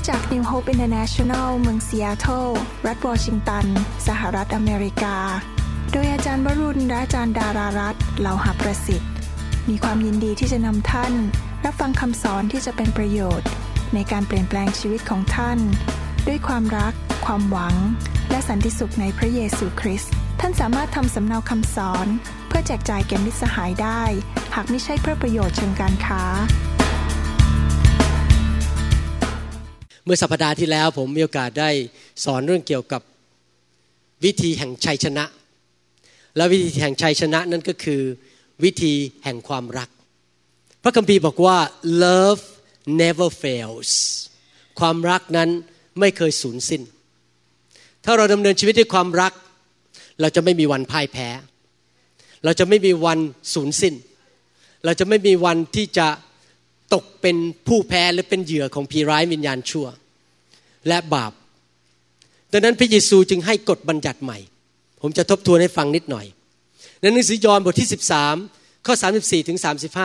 จักร New Hope International เมืองซีแอตเทิลรัฐวอชิงตันสหรัฐอเมริกาโดยอาจารย์วรุณและอาจารย์ดารารัตน์เหล่าหประสิทธิ์มีความยินดีที่จะนำท่านรับฟังคำสอนที่จะเป็นประโยชน์ในการเปลี่ยนแปลงชีวิตของท่านด้วยความรักความหวังและสันติสุขในพระเยซูคริสต์ท่านสามารถทำสำเนาคำสอนเพื่อแจกจ่ายแก่มิตรสหายได้หากไม่ใช่เพื่อประโยชน์เชิงการค้าเมื่อสัปดาห์ที่แล้วผมมีโอกาสได้สอนเรื่องเกี่ยวกับวิธีแห่งชัยชนะและวิธีแห่งชัยชนะนั้นก็คือวิธีแห่งความรักพระคัมภีร์บอกว่า love never fails ความรักนั้นไม่เคยสูญสิ้นถ้าเราดำเนินชีวิตด้วยความรักเราจะไม่มีวันพ่ายแพ้เราจะไม่มีวันสูญสิ้นเราจะไม่มีวันที่จะตกเป็นผู้แพ้หรือเป็นเหยื่อของผีร้ายวิญญาณชั่วและบาปดังนั้นพระเยซูจึงให้กฎบัญญัติใหม่ผมจะทบทวนให้ฟังนิดหน่อยในหนังสือยอห์นบทที่13ข้อ34ถึง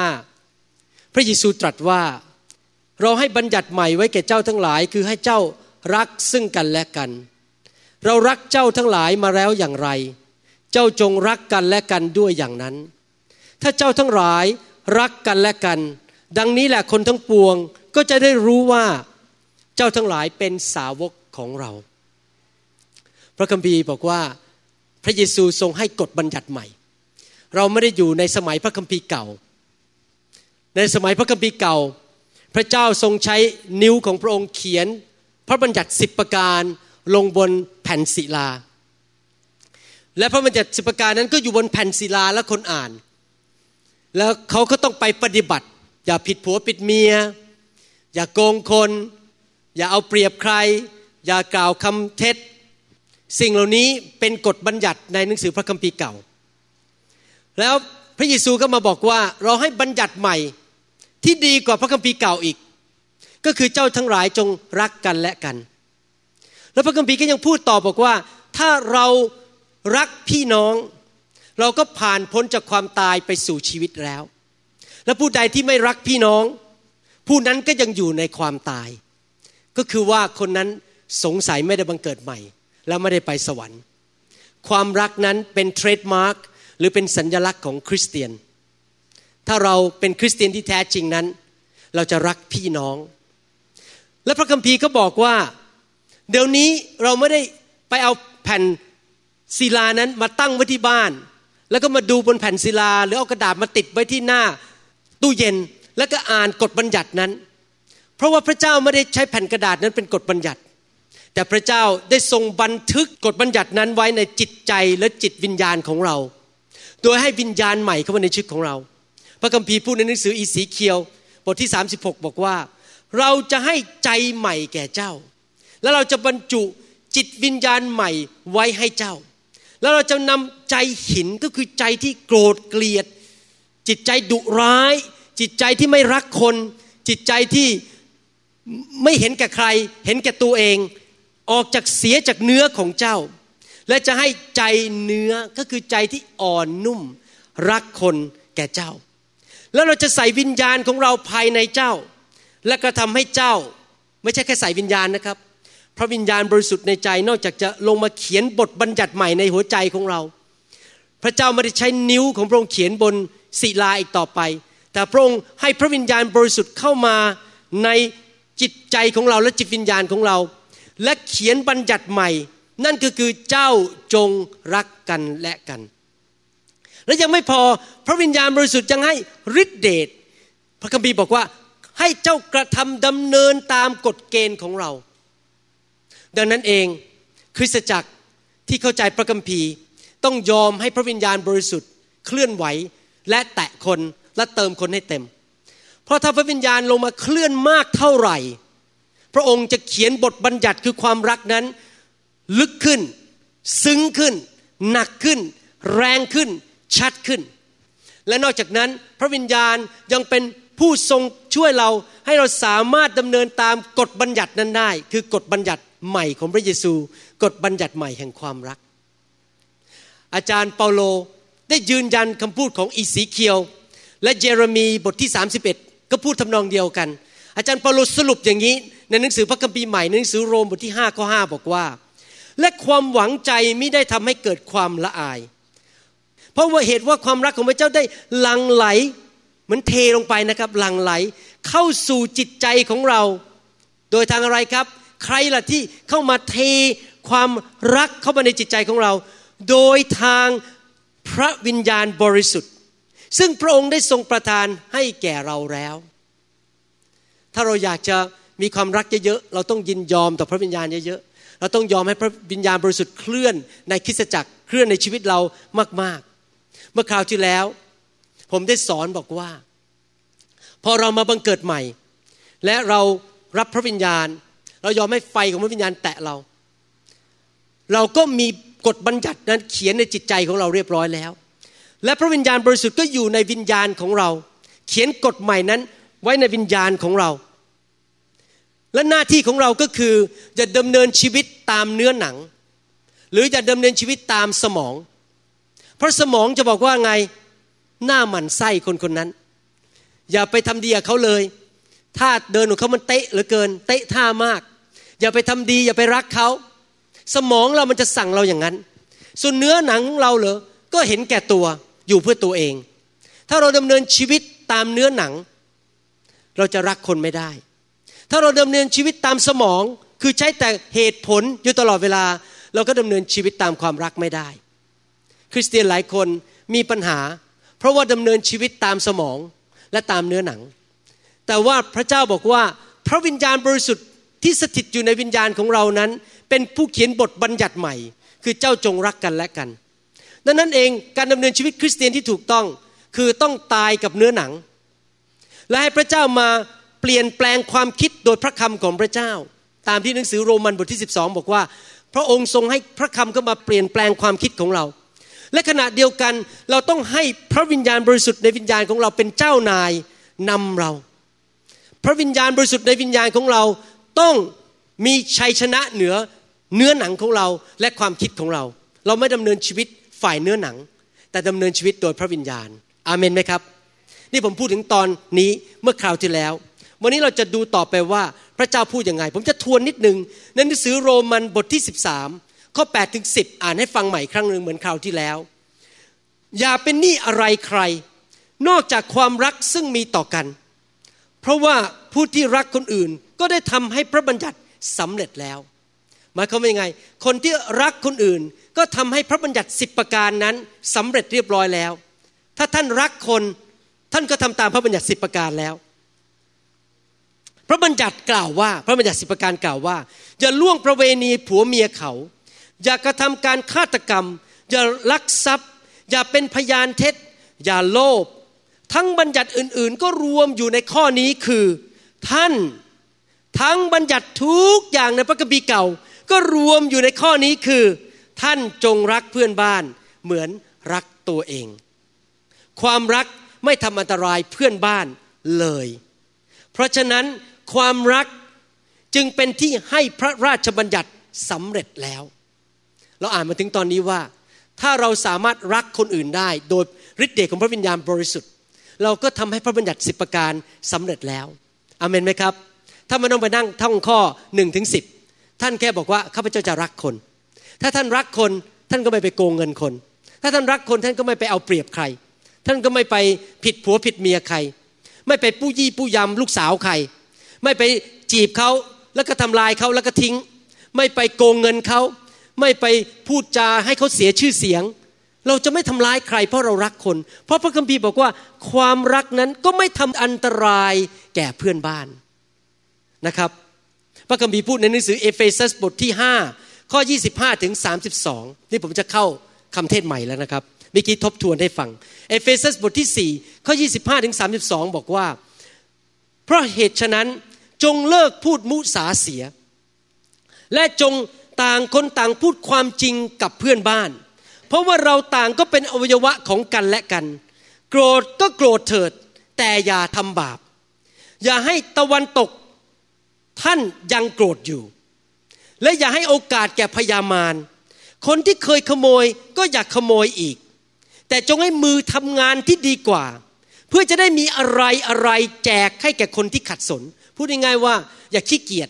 35พระเยซูตรัสว่าเราให้บัญญัติใหม่ไว้แก่เจ้าทั้งหลายคือให้เจ้ารักซึ่งกันและกันเรารักเจ้าทั้งหลายมาแล้วอย่างไรเจ้าจงรักกันและกันด้วยอย่างนั้นถ้าเจ้าทั้งหลายรักกันและกันดังนี้แหละคนทั้งปวงก็จะได้รู้ว่าเจ้าทั้งหลายเป็นสาวกของเราพระคัมภีร์บอกว่าพระเยซูทรงให้กฎบัญญัติใหม่เราไม่ได้อยู่ในสมัยพระคัมภีร์เก่าในสมัยพระคัมภีร์เก่าพระเจ้าทรงใช้นิ้วของพระองค์เขียนพระบัญญัติ10ประการลงบนแผ่นศิลาและพระบัญญัติ10ประการนั้นก็อยู่บนแผ่นศิลาและคนอ่านแล้วเขาก็ต้องไปปฏิบัติอย่าผิดผัวผิดเมียอย่าโกงคนอย่าเอาเปรียบใครอย่ากล่าวคำเท็จสิ่งเหล่านี้เป็นกฎบัญญัติในหนังสือพระคัมภีร์เก่าแล้วพระเยซูก็มาบอกว่าเราให้บัญญัติใหม่ที่ดีกว่าพระคัมภีร์เก่าอีกก็คือเจ้าทั้งหลายจงรักกันและกันแล้วพระคัมภีร์ก็ยังพูดต่อบอกว่าถ้าเรารักพี่น้องเราก็ผ่านพ้นจากความตายไปสู่ชีวิตแล้วและผู้ใดที่ไม่รักพี่น้องผู้นั้นก็ยังอยู่ในความตายก็คือว่าคนนั้นสงสัยไม่ได้บังเกิดใหม่และไม่ได้ไปสวรรค์ความรักนั้นเป็นเทรดมาร์คหรือเป็นสัญลักษณ์ของคริสเตียนถ้าเราเป็นคริสเตียนที่แท้จริงนั้นเราจะรักพี่น้องและพระคัมภีร์ก็บอกว่าเดี๋ยวนี้เราไม่ได้ไปเอาแผ่นศิลานั้นมาตั้งไว้ที่บ้านแล้วก็มาดูบนแผ่นศิลาหรือเอากระดาษมาติดไว้ที่หน้าตู้เย็นแล้วก็อ่านกฎบัญญัตินั้นเพราะว่าพระเจ้าไม่ได้ใช้แผ่นกระดาษนั้นเป็นกฎบัญญัติแต่พระเจ้าได้ทรงบันทึกกฎบัญญัตินั้นไว้ในจิตใจและจิตวิญญาณของเราโดยให้วิญญาณใหม่เข้ามาในชีวิตของเราพระคัมภีร์พูดในหนังสืออีสีเคียวบทที่36บอกว่าเราจะให้ใจใหม่แก่เจ้าแล้วเราจะบรรจุจิตวิญญาณใหม่ไว้ให้เจ้าแล้วเราจะนำใจหินก็คือใจที่โกรธเกลียดจิตใจดุร้ายจิตใจที่ไม่รักคนจิตใจที่ไม่เห็นแก่ใครเห็นแก่ตัวเองออกจากเสียจากเนื้อของเจ้าและจะให้ใจเนื้อก็คือใจที่อ่อนนุ่มรักคนแก่เจ้าแล้วเราจะใส่วิญญาณของเราภายในเจ้าและก็ทำให้เจ้าไม่ใช่แค่ใส่วิญญาณนะครับพระวิญญาณบริสุทธิ์ในใจนอกจากจะลงมาเขียนบทบัญญัติใหม่ในหัวใจของเราพระเจ้าไม่ได้ใช้นิ้วของพระองค์เขียนบนศิลาอีกต่อไปแต่พระองค์ให้พระวิญญาณบริสุทธิ์เข้ามาในจิตใจของเราและจิตวิญญาณของเราและเขียนบัญญัติใหม่นั่นก็คือเจ้าจงรักกันและกันและยังไม่พอพระวิญญาณบริสุทธิ์ยังให้ฤทธิเดชพระคัมภีร์บอกว่าให้เจ้ากระทำดำเนินตามกฎเกณฑ์ของเราดังนั้นเองคริสตจักรที่เข้าใจพระคัมภีร์ต้องยอมให้พระวิญญาณบริสุทธิ์เคลื่อนไหวและแตะคนและเติมคนให้เต็มเพราะถ้าพระวิญญาณลงมาเคลื่อนมากเท่าไหร่พระองค์จะเขียนบทบัญญัติคือความรักนั้นลึกขึ้นซึ้งขึ้นหนักขึ้นแรงขึ้นชัดขึ้นและนอกจากนั้นพระวิญญาณยังเป็นผู้ทรงช่วยเราให้เราสามารถดำเนินตามกฎบัญญัตินั้นได้คือกฎบัญญัติใหม่ของพระเยซูกฎบัญญัติใหม่แห่งความรักอาจารย์เปาโลได้ยืนยันคำพูดของอีสีเคียวและเยเรมีบทที่31ก็พูดทำนองเดียวกันอาจารย์เปาโลสรุปอย่างนี้ในหนังสือพระคัมภีร์ใหม่ในหนังสือโรมบทที่5ข้อ5บอกว่าและความหวังใจมิได้ทำให้เกิดความละอายเพราะว่าเหตุว่าความรักของพระเจ้าได้หลั่งไหลเหมือนเทลงไปนะครับหลั่งไหลเข้าสู่จิตใจของเราโดยทางอะไรครับใครล่ะที่เข้ามาเทความรักเข้ามาในจิตใจของเราโดยทางพระวิญญาณบริสุทธิ์ซึ่งพระองค์ได้ทรงประทานให้แก่เราแล้วถ้าเราอยากจะมีความรักเยอะๆเราต้องยินยอมต่อพระวิญญาณเยอะๆเราต้องยอมให้พระวิญญาณบริสุทธิ์เคลื่อนในคริสตจักรเคลื่อนในชีวิตเรามากๆเมื่อคราวที่แล้วผมได้สอนบอกว่าพอเรามาบังเกิดใหม่และเรารับพระวิญญาณเรายอมให้ไฟของพระวิญญาณแตะเราก็มีกฎบัญญัตินั้นเขียนในจิตใจของเราเรียบร้อยแล้วและพระวิญญาณบริสุทธิ์ก็อยู่ในวิญญาณของเราเขียนกฎใหม่นั้นไว้ในวิญญาณของเราและหน้าที่ของเราก็คือจะดำเนินชีวิตตามเนื้อหนังหรือจะดำเนินชีวิตตามสมองเพราะสมองจะบอกว่าไงหน้าหมั่นไส้คนคนนั้นอย่าไปทำดีกับเขาเลยท่าเดินของเขามันเตะเหลือเกินเตะท่ามากอย่าไปทำดีอย่าไปรักเขาสมองเรามันจะสั่งเราอย่างนั้นส่วนเนื้อหนังของเราเหรอก็เห็นแก่ตัวอยู่เพื่อตัวเองถ้าเราดำเนินชีวิตตามเนื้อหนังเราจะรักคนไม่ได้ถ้าเราดำเนินชีวิตตามสมองคือใช้แต่เหตุผลอยู่ตลอดเวลาเราก็ดำเนินชีวิตตามความรักไม่ได้คริสเตียนหลายคนมีปัญหาเพราะว่าดำเนินชีวิตตามสมองและตามเนื้อหนังแต่ว่าพระเจ้าบอกว่าพระวิญญาณบริสุทธิ์ที่สถิตอยู่ในวิญญาณของเรานั้นเป็นผู้เขียนบทบัญญัติใหม่คือเจ้าจงรักกันและกันดังนั้นเองการดำเนินชีวิตคริสเตียนที่ถูกต้องคือต้องตายกับเนื้อหนังและให้พระเจ้ามาเปลี่ยนแปลงความคิดโดยพระคำของพระเจ้าตามที่หนังสือโรมันบทที่12บอกว่าพระองค์ทรงให้พระคำเข้ามาเปลี่ยนแปลงความคิดของเราและขณะเดียวกันเราต้องให้พระวิญญาณบริสุทธิ์ในวิญญาณของเราเป็นเจ้านายนำเราพระวิญญาณบริสุทธิ์ในวิญญาณของเราต้องมีชัยชนะเหนือเนื้อหนังของเราและความคิดของเราเราไม่ดำเนินชีวิตฝ่ายเนื้อหนังแต่ดำเนินชีวิตโดยพระวิญญาณอาเมนไหมครับนี่ผมพูดถึงตอนนี้เมื่อคราวที่แล้ววันนี้เราจะดูต่อไปว่าพระเจ้าพูดยังไงผมจะทวนนิดนึงในหนังสือโรมันบทที่13ข้อ8ถึง10อ่านให้ฟังใหม่ครั้งนึงเหมือนคราวที่แล้วอย่าเป็นหนี้อะไรใครนอกจากความรักซึ่งมีต่อกันเพราะว่าผู้ที่รักคนอื่นก็ได้ทำให้พระบัญญัติสำเร็จแล้วหมายความว่ายังไงคนที่รักคนอื่นก็ทำให้พระบัญญัติ10ประการนั้นสำเร็จเรียบร้อยแล้วถ้าท่านรักคนท่านก็ทำตามพระบัญญัติ10ประการแล้วพระบัญญัติกล่าวว่าพระบัญญัติ10ประการกล่าวว่าอย่าล่วงประเวณีผัวเมียเขาอย่ากระทำการฆาตกรรมอย่าลักทรัพย์อย่าเป็นพยานเท็จอย่าโลภทั้งบัญญัติอื่นๆก็รวมอยู่ในข้อนี้คือท่านทั้งบัญญัติทุกอย่างในพระคัมภีร์เก่าก็รวมอยู่ในข้อนี้คือท่านจงรักเพื่อนบ้านเหมือนรักตัวเองความรักไม่ทำอันตรายเพื่อนบ้านเลยเพราะฉะนั้นความรักจึงเป็นที่ให้พระราชบัญญัติสำเร็จแล้วเราอ่านมาถึงตอนนี้ว่าถ้าเราสามารถรักคนอื่นได้โดยฤทธิ์เดชของพระวิญญาณบริสุทธิ์เราก็ทำให้พระบัญญัติ10ประการสำเร็จแล้วอาเมนไหมครับถ้าไม่ต้องไปนั่งท่องข้อ1ถึง10ท่านแค่บอกว่าข้าพเจ้าจะรักคนถ้าท่านรักคนท่านก็ไม่ไปโกงเงินคนถ้าท่านรักคนท่านก็ไม่ไปเอาเปรียบใครท่านก็ไม่ไปผิดผัวผิดเมียใครไม่ไปปู้ยี่ปู้ยำลูกสาวใครไม่ไปจีบเขาแล้วก็ทำลายเขาแล้วก็ทิ้งไม่ไปโกงเงินเขาไม่ไปพูดจาให้เขาเสียชื่อเสียงเราจะไม่ทำร้ายใครเพราะเรารักคนเพราะพระคัมภีร์บอกว่าความรักนั้นก็ไม่ทำอันตรายแก่เพื่อนบ้านนะครับพระคัมภีร์พูดในหนังสือเอเฟซัสบทที่5ข้อ25ถึง32นี่ผมจะเข้าคำเทศใหม่แล้วนะครับเมื่อกี้ทบทวนให้ฟังเอเฟซัสบทที่4ข้อ25ถึง32บอกว่าเพราะเหตุฉะนั้นจงเลิกพูดมุสาเสียและจงต่างคนต่างพูดความจริงกับเพื่อนบ้านเพราะว่าเราต่างก็เป็นอวัยวะของกันและกันโกรธก็โกรธเถิดแต่อย่าทำบาปอย่าให้ตะวันตกท่านยังโกรธอยู่และอย่าให้โอกาสแก่พยามารคนที่เคยขโมยก็อย่าขโมยอีกแต่จงให้มือทำงานที่ดีกว่าเพื่อจะได้มีอะไรแจกให้แก่คนที่ขัดสนพูดง่ายๆว่าอย่าขี้เกียจ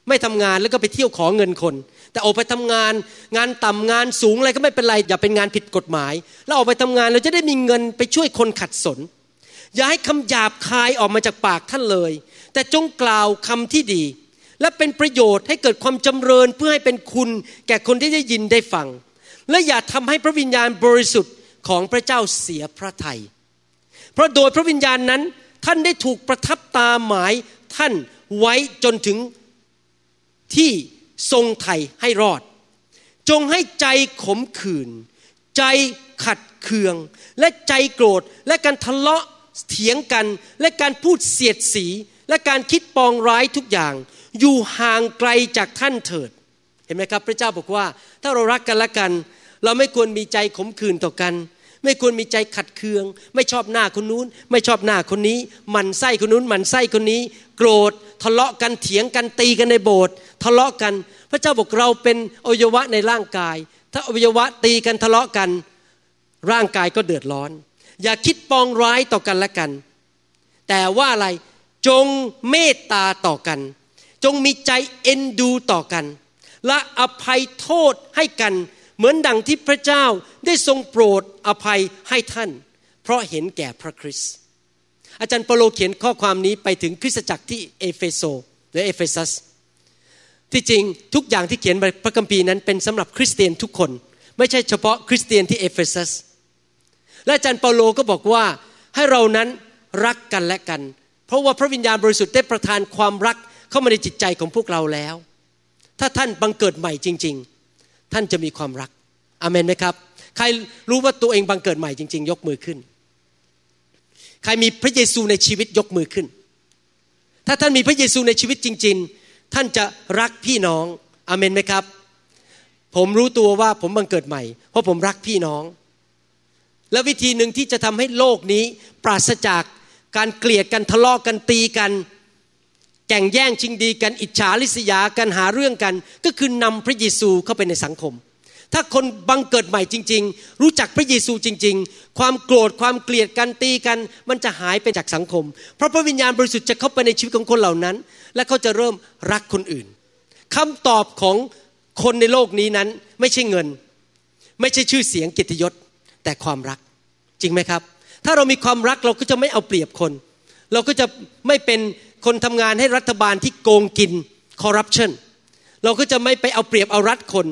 ไม่ทำงานแล้วก็ไปเที่ยวขอเงินคนแต่ออกไปทำงานงานต่ำงานสูงอะไรก็ไม่เป็นไรอย่าเป็นงานผิดกฎหมายแล้วออกไปทำงานเราจะได้มีเงินไปช่วยคนขัดสนอย่าให้คำหยาบคายออกมาจากปากท่านเลยแต่จงกล่าวคำที่ดีและเป็นประโยชน์ให้เกิดความจำเริญเพื่อให้เป็นคุณแก่คนที่ได้ยินได้ฟังและอย่าทำให้พระวิญญาณบริสุทธิ์ของพระเจ้าเสียพระทัยเพราะโดยพระวิญญาณนั้นท่านได้ถูกประทับตาหมายท่านไว้จนถึงที่ทรงไถ่ให้รอดจงให้ใจขมขื่นใจขัดเคืองและใจโกรธและการทะเลาะเถียงกันและการพูดเสียดสีและการคิดปองร้ายทุกอย่างอยู่ห่างไกลจากท่านเถิดเห็นไหมครับพระเจ้าบอกว่าถ้าเรารักกันและกันเราไม่ควรมีใจขมขื่นต่อกันไม่ควรมีใจขัดเคืองไม่ชอบหน้าคนนู้นไม่ชอบหน้าคนนี้หมั่นไส้คนนู้นหมั่นไส้คนนี้โกรธทะเลาะกันเถียงกันตีกันในโบสถ์ทะเลาะกันพระเจ้าบอกเราเป็นอวัยวะในร่างกายถ้าอวัยวะตีกันทะเลาะกันร่างกายก็เดือดร้อนอย่าคิดปองร้ายต่อกันและกันแต่ว่าอะไรจงเมตตาต่อกันจงมีใจเอ็นดูต่อกันและอภัยโทษให้กันเหมือนดังที่พระเจ้าได้ทรงโปรดอภัยให้ท่านเพราะเห็นแก่พระคริสต์อาจารย์เปโลเขียนข้อความนี้ไปถึงคริสตจักรที่เอเฟโซหรือเอเฟซัสที่จริงทุกอย่างที่เขียนในพระคัมภีร์นั้นเป็นสำหรับคริสเตียนทุกคนไม่ใช่เฉพาะคริสเตียนที่เอเฟซัสและอาจารย์เปโลก็บอกว่าให้เรานั้นรักกันและกันเพราะว่าพระวิญญาณบริสุทธิ์ได้ประทานความรักเข้ามาในจิตใจของพวกเราแล้วถ้าท่านบังเกิดใหม่จริงๆท่านจะมีความรักอาเมนไหมครับใครรู้ว่าตัวเองบังเกิดใหม่จริงๆยกมือขึ้นใครมีพระเยซูในชีวิตยกมือขึ้นถ้าท่านมีพระเยซูในชีวิตจริงๆท่านจะรักพี่น้องอาเมนไหมครับผมรู้ตัวว่าผมบังเกิดใหม่เพราะผมรักพี่น้องและวิธีหนึ่งที่จะทำให้โลกนี้ปราศจากการเกลียดกันทะเลาะกันตีกันแข่งแย่งชิงดีกันอิจฉาริษยากันหาเรื่องกันก็คือนำพระเยซูเข้าไปในสังคมถ้าคนบังเกิดใหม่จริงๆรู้จักพระเยซูจริงๆความโกรธความเกลียดกันตีกันมันจะหายไปจากสังคมเพราะพระวิญญาณบริสุทธิ์จะเข้าไปในชีวิตของคนเหล่านั้นและเขาจะเริ่มรักคนอื่นคำตอบของคนในโลกนี้นั้นไม่ใช่เงินไม่ใช่ชื่อเสียงเกียรติยศแต่ความรักจริงไหมครับถ้าเรามีความรักเราก็จะไม่เอาเปรียบคนเราก็จะไม่เป็นคนทำงานให้รัฐบาลที่โกงกินคอร์รัปชันเราก็จะไม่ไปเอาเปรียบเอารัดคน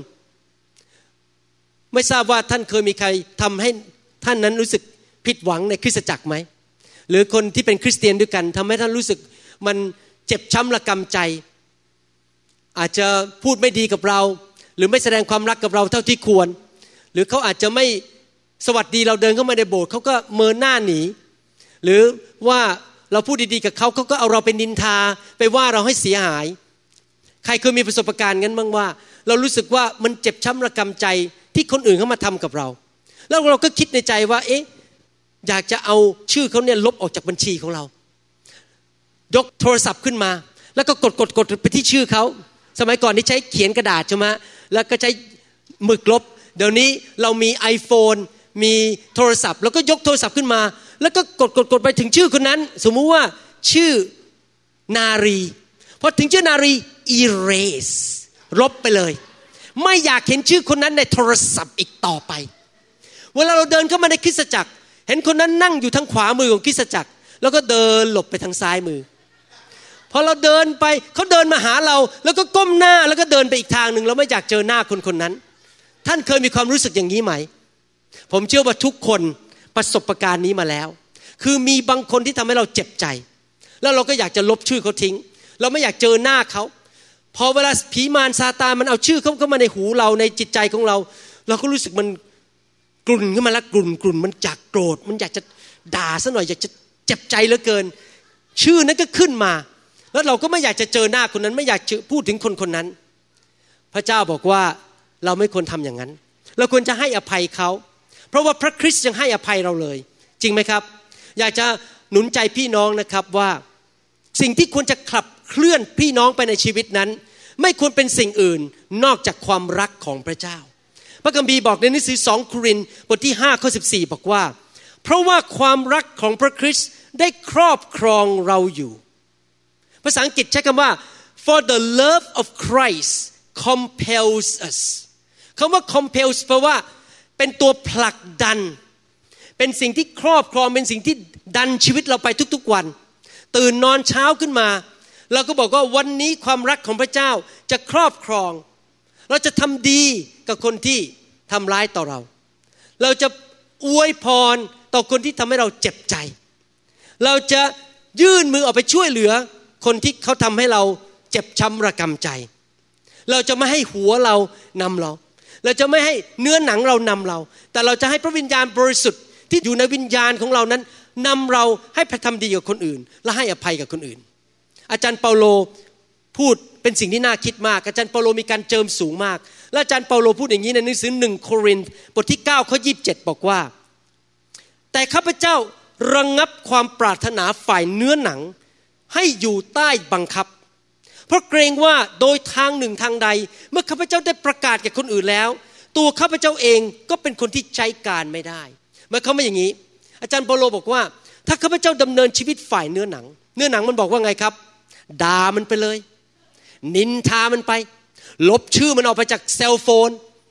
ไม่ทราบว่าท่านเคยมีใครทำให้ท่านนั้นรู้สึกผิดหวังในคริสตจักรไหมหรือคนที่เป็นคริสเตียนด้วยกันทำให้ท่านรู้สึกมันเจ็บช้ำระกำใจอาจจะพูดไม่ดีกับเราหรือไม่แสดงความรักกับเราเท่าที่ควรหรือเขาอาจจะไม่สวัสดีเราเดินเข้ามาในโบสถ์เขาก็เมินหน้าหนีหรือว่าเราพูดดีๆกับเขาเขาก็เอาเราเป็นนินทาไปว่าเราให้เสียหายใครเคยมีประสบการณ์งั้นบ้างว่าเรารู้สึกว่ามันเจ็บช้ำระกำใจที่คนอื่นเขามาทำกับเราแล้วเราก็คิดในใจว่าอยากจะเอาชื่อเขาเนี่ยลบออกจากบัญชีของเรายกโทรศัพท์ขึ้นมาแล้วก็กดไปที่ชื่อเขาสมัยก่อนนี่ใช้เขียนกระดาษใช่ไหมแล้วก็ใช้หมึกลบเดี๋ยวนี้เรามี iPhone มีโทรศัพท์แล้วก็ยกโทรศัพท์ขึ้นมาแล้วก็กดไปถึงชื่อคนนั้นสมมุติว่าชื่อนารีพอถึงชื่อนารี erase ลบไปเลยไม่อยากเห็นชื่อคนนั้นในโทรศัพท์อีกต่อไปเวลาเราเดินเข้ามาในคริสตจักรเห็นคนนั้นนั่งอยู่ทางขวามือของคริสตจักรแล้วก็เดินหลบไปทางซ้ายมือพอเราเดินไปเขาเดินมาหาเราแล้วก็ก้มหน้าแล้วก็เดินไปอีกทางนึงเราไม่อยากเจอหน้าคนนั้นท่านเคยมีความรู้สึกอย่างนี้ไหมผมเชื่อว่าทุกคนประสบการณ์นี้มาแล้วคือมีบางคนที่ทำให้เราเจ็บใจแล้วเราก็อยากจะลบชื่อเขาทิ้งเราไม่อยากเจอหน้าเขาพอเวลาผีมารซาตานมันเอาชื่อเขาเข้ามาในหูเราในจิตใจของเราเราก็รู้สึกมันกลุ่นขึ้นมาแล้วกลุ่นมันอยากโกรธมันอยากจะด่าซะหน่อยอยากจะเจ็บใจเหลือเกินชื่อนั้นก็ขึ้นมาแล้วเราก็ไม่อยากจะเจอหน้าคนนั้นไม่อยากพูดถึงคนนั้นพระเจ้าบอกว่าเราไม่ควรทำอย่างนั้นเราควรจะให้อภัยเขาเพราะว่าพระคริสต์ยังให้อภัยเราเลยจริงไหมครับอยากจะหนุนใจพี่น้องนะครับว่าสิ่งที่ควรจะขับเคลื่อนพี่น้องไปในชีวิตนั้นไม่ควรเป็นสิ่งอื่นนอกจากความรักของพระเจ้าพระคัมภีร์บอกในหนังสือ2 โครินธ์บทที่5ข้อ14บอกว่าเพราะว่าความรักของพระคริสต์ได้ครอบครองเราอยู่ภาษาอังกฤษใช้คำว่า for the love of Christ compels us คำว่า compels แปลว่าเป็นตัวผลักดันเป็นสิ่งที่ครอบครองเป็นสิ่งที่ดันชีวิตเราไปทุกๆวันตื่นนอนเช้าขึ้นมาเราก็บอกว่าวันนี้ความรักของพระเจ้าจะครอบครองเราจะทำดีกับคนที่ทำร้ายต่อเราเราจะอวยพรต่อคนที่ทำให้เราเจ็บใจเราจะยื่นมือออกไปช่วยเหลือคนที่เขาทำให้เราเจ็บช้ำระกำใจเราจะไม่ให้หัวเรานำเราจะไม่ให้เนื้อหนังเรานำเราแต่เราจะให้พระวิญญาณบริสุทธิ์ที่อยู่ในวิญญาณของเรานั้นนำเราให้ทำดีกับคนอื่นและให้อภัยกับคนอื่นอาจารย์เปาโลพูดเป็นสิ่งที่น่าคิดมากอาจารย์เปาโลมีการเจิมสูงมากและอาจารย์เปาโลพูดอย่างนี้ในหนังสือ1 โครินธ์บทที่9ข้อ27บอกว่าแต่ข้าพเจ้าระงับความปรารถนาฝ่ายเนื้อหนังให้อยู่ใต้บังคับเพราะเกรงว่าโดยทางหนึ่งทางใดเมื่อข้าพเจ้าได้ประกาศแก่คนอื่นแล้วตัวข้าพเจ้าเองก็เป็นคนที่ใช้การไม่ได้หมายความว่าอย่างนี้อาจารย์เปาโลบอกว่าถ้าข้าพเจ้าดำเนินชีวิตฝ่ายเนื้อหนังมันบอกว่าไงครับด่ามันไปเลยนินทามันไปลบชื่อมันออกไปจากเซลโฟน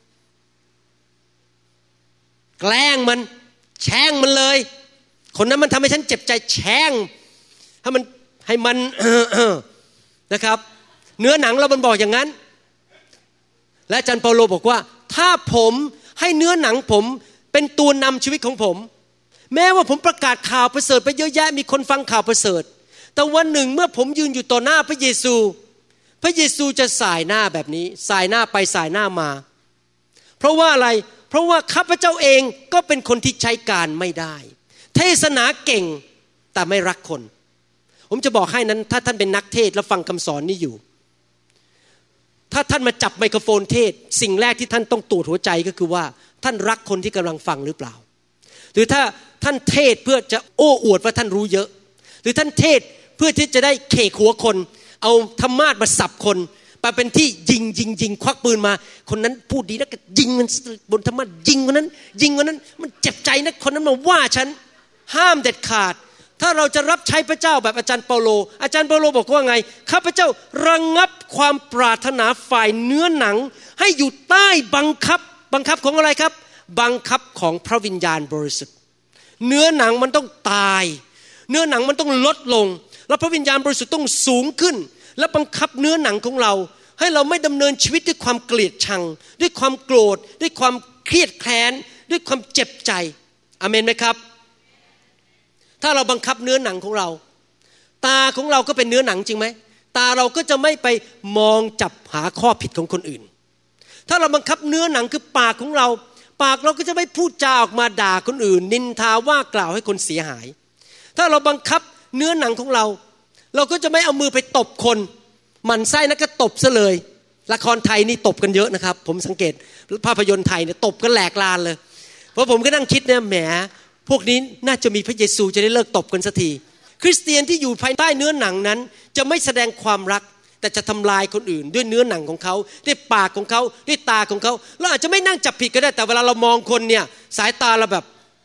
แกล้งมันแช่งมันเลยคนนั้นมันทำให้ฉันเจ็บใจแช่งให้มันนะครับเนื้อหนังเรามันบอกอย่างนั้นและอาจารย์เปาโลบอกว่าถ้าผมให้เนื้อหนังผมเป็นตัวนำชีวิตของผมแม้ว่าผมประกาศข่าวประเสริฐไปเยอะแยะมีคนฟังข่าวประเสริฐแต่วันหนึ่งเมื่อผมยืนอยู่ต่อหน้าพระเยซูจะสายหน้าแบบนี้สายหน้าไปสายหน้ามาเพราะว่าอะไรเพราะว่าข้าพเจ้าเองก็เป็นคนที่ใช้การไม่ได้เทศนาเก่งแต่ไม่รักคนผมจะบอกให้นั้นถ้าท่านเป็นนักเทศแล้วฟังคำสอนนี้อยู่ถ้าท่านมาจับไมโครโฟนเทศสิ่งแรกที่ท่านต้องตรวจหัวใจก็คือว่าท่านรักคนที่กำลังฟังหรือเปล่าหรือถ้าท่านเทศเพื่อจะโอ้อวดว่าท่านรู้เยอะหรือท่านเทศเพื่อที่จะได้เคหัวคนเอาธรรมาสมาสับคนไปเป็นที่ยิงควักปืนมาคนนั้นพูดดีแล้วก็ยิงมันบนธรรมาสยิงคนนั้นมันเจ็บใจนะคนนั้นมาว่าฉันห้ามเด็ดขาดถ้าเราจะรับใช้พระเจ้าแบบอาจารย์เปาโลบอกว่าไงข้าพเจ้าระงับความปรารถนาฝ่ายเนื้อหนังให้อยู่ใต้บังคับของอะไรครับบังคับของพระวิญญาณบริสุทธิ์เนื้อหนังมันต้องตายเนื้อหนังมันต้องลดลงแล้วพระวิญญาณบริสุทธิ์ต้องสูงขึ้นและบังคับเนื้อหนังของเราให้เราไม่ดำเนินชีวิตด้วยความเกลียดชังด้วยความโกรธด้วยความเครียดแค้นด้วยความเจ็บใจอาเมนไหมครับถ้าเราบังคับเนื้อหนังของเราตาของเราก็เป็นเนื้อหนังจริงไหมตาเราก็จะไม่ไปมองจับหาข้อผิดของคนอื่นถ้าเราบังคับเนื้อหนังคือปากของเราก็จะไม่พูดจาออกมาด่าคนอื่นนินทาว่ากล่าวให้คนเสียหายถ้าเราบังคับเนื้อหนังของเราก็จะไม่เอามือไปตบคนหมั่นไส้นะก็ตบซะเลยละครไทยนี่ตบกันเยอะนะครับผมสังเกตภาพยนตร์ไทยเนี่ยตบกันแหลกลานเลยเพราะผมก็นั่งคิดเนี่ยแหมพวกนี้น่าจะมีพระเยซูจะได้เลิกตบกันสักทีคริสเตียนที่อยู่ภายใต้เนื้อหนังนั้นจะไม่แสดงความรักแต่จะทำลายคนอื่นด้วยเนื้อหนังของเขาด้วยปากของเขาด้วยตาของเขาเราอาจจะไม่นั่งจับผิดก็ได้แต่เวลาเรามองคนเนี่ยสายตาเรา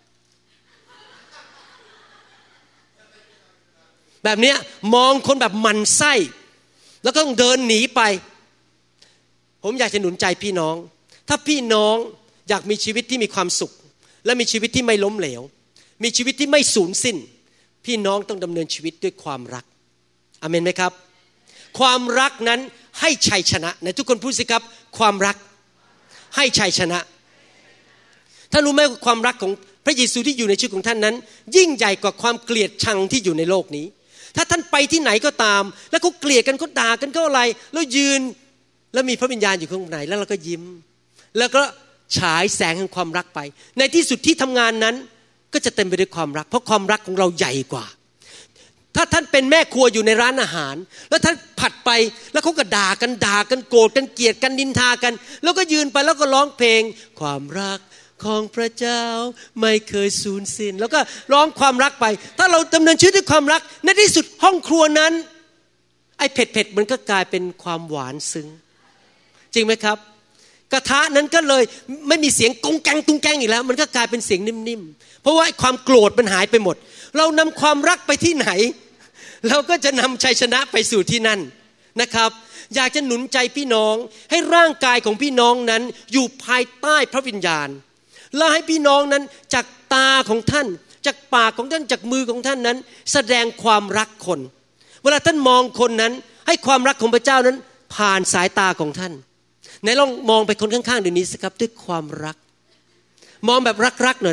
แบบเนี้ยมองคนแบบหมั่นไส้แล้วก็ต้องเดินหนีไปผมอยากจะหนุนใจพี่น้องถ้าพี่น้องอยากมีชีวิตที่มีความสุขและมีชีวิตที่ไม่ล้มเหลวมีชีวิตที่ไม่สูญสิ้นพี่น้องต้องดำเนินชีวิตด้วยความรักอาเมนไหมครับความรักนั้นให้ชัยชนะในทุกคนพูดสิครับความรักให้ชัยชนะถ้ารู้ไหมว่าความรักของพระเยซูที่อยู่ในชีวิตของท่านนั้นยิ่งใหญ่กว่าความเกลียดชังที่อยู่ในโลกนี้ถ้าท่านไปที่ไหนก็ตามแล้วเขาเกลียดกันเขาด่ากันเขาอะไรแล้วยืนแล้วมีพระวิญญาณอยู่ข้างในแล้วเราก็ยิ้มแล้วก็ฉายแสงแห่งความรักไปในที่สุดที่ทำงานนั้นก็จะเต็มไปด้วยความรักเพราะความรักของเราใหญ่กว่าถ้าท่านเป็นแม่ครัวอยู่ในร้านอาหารแล้วท่านผัดไปแล้วเขาก็ด่ากันโกรธกันเกลียดกันนินทากันแล้วก็ยืนไปแล้วก็ร้องเพลงความรักของพระเจ้าไม่เคยสูญสิ้นแล้วก็ร้องความรักไปถ้าเราดำเนินชีวิตด้วยความรักในที่สุดห้องครัวนั้นไอ้เผ็ดมันก็กลายเป็นความหวานซึ้งจริงไหมครับกระทะนั้นก็เลยไม่มีเสียงกงแกงตุงแกงอีกแล้วมันก็กลายเป็นเสียงนิ่มๆเพราะว่าความโกรธมันหายไปหมดเรานำความรักไปที่ไหนเราก็จะนำชัยชนะไปสู่ที่นั่นนะครับอยากจะหนุนใจพี่น้องให้ร่างกายของพี่น้องนั้นอยู่ภายใต้พระวิญญาณและให้พี่น้องนั้นจากตาของท่านจากปากของท่านจากมือของท่านนั้นแสดงความรักคนเวลาท่านมองคนนั้นให้ความรักของพระเจ้านั้นผ่านสายตาของท่านไหนลองมองไปคนข้างๆเดี๋ยวนี้สิครับด้วยความรักมองแบบรักๆหน่อย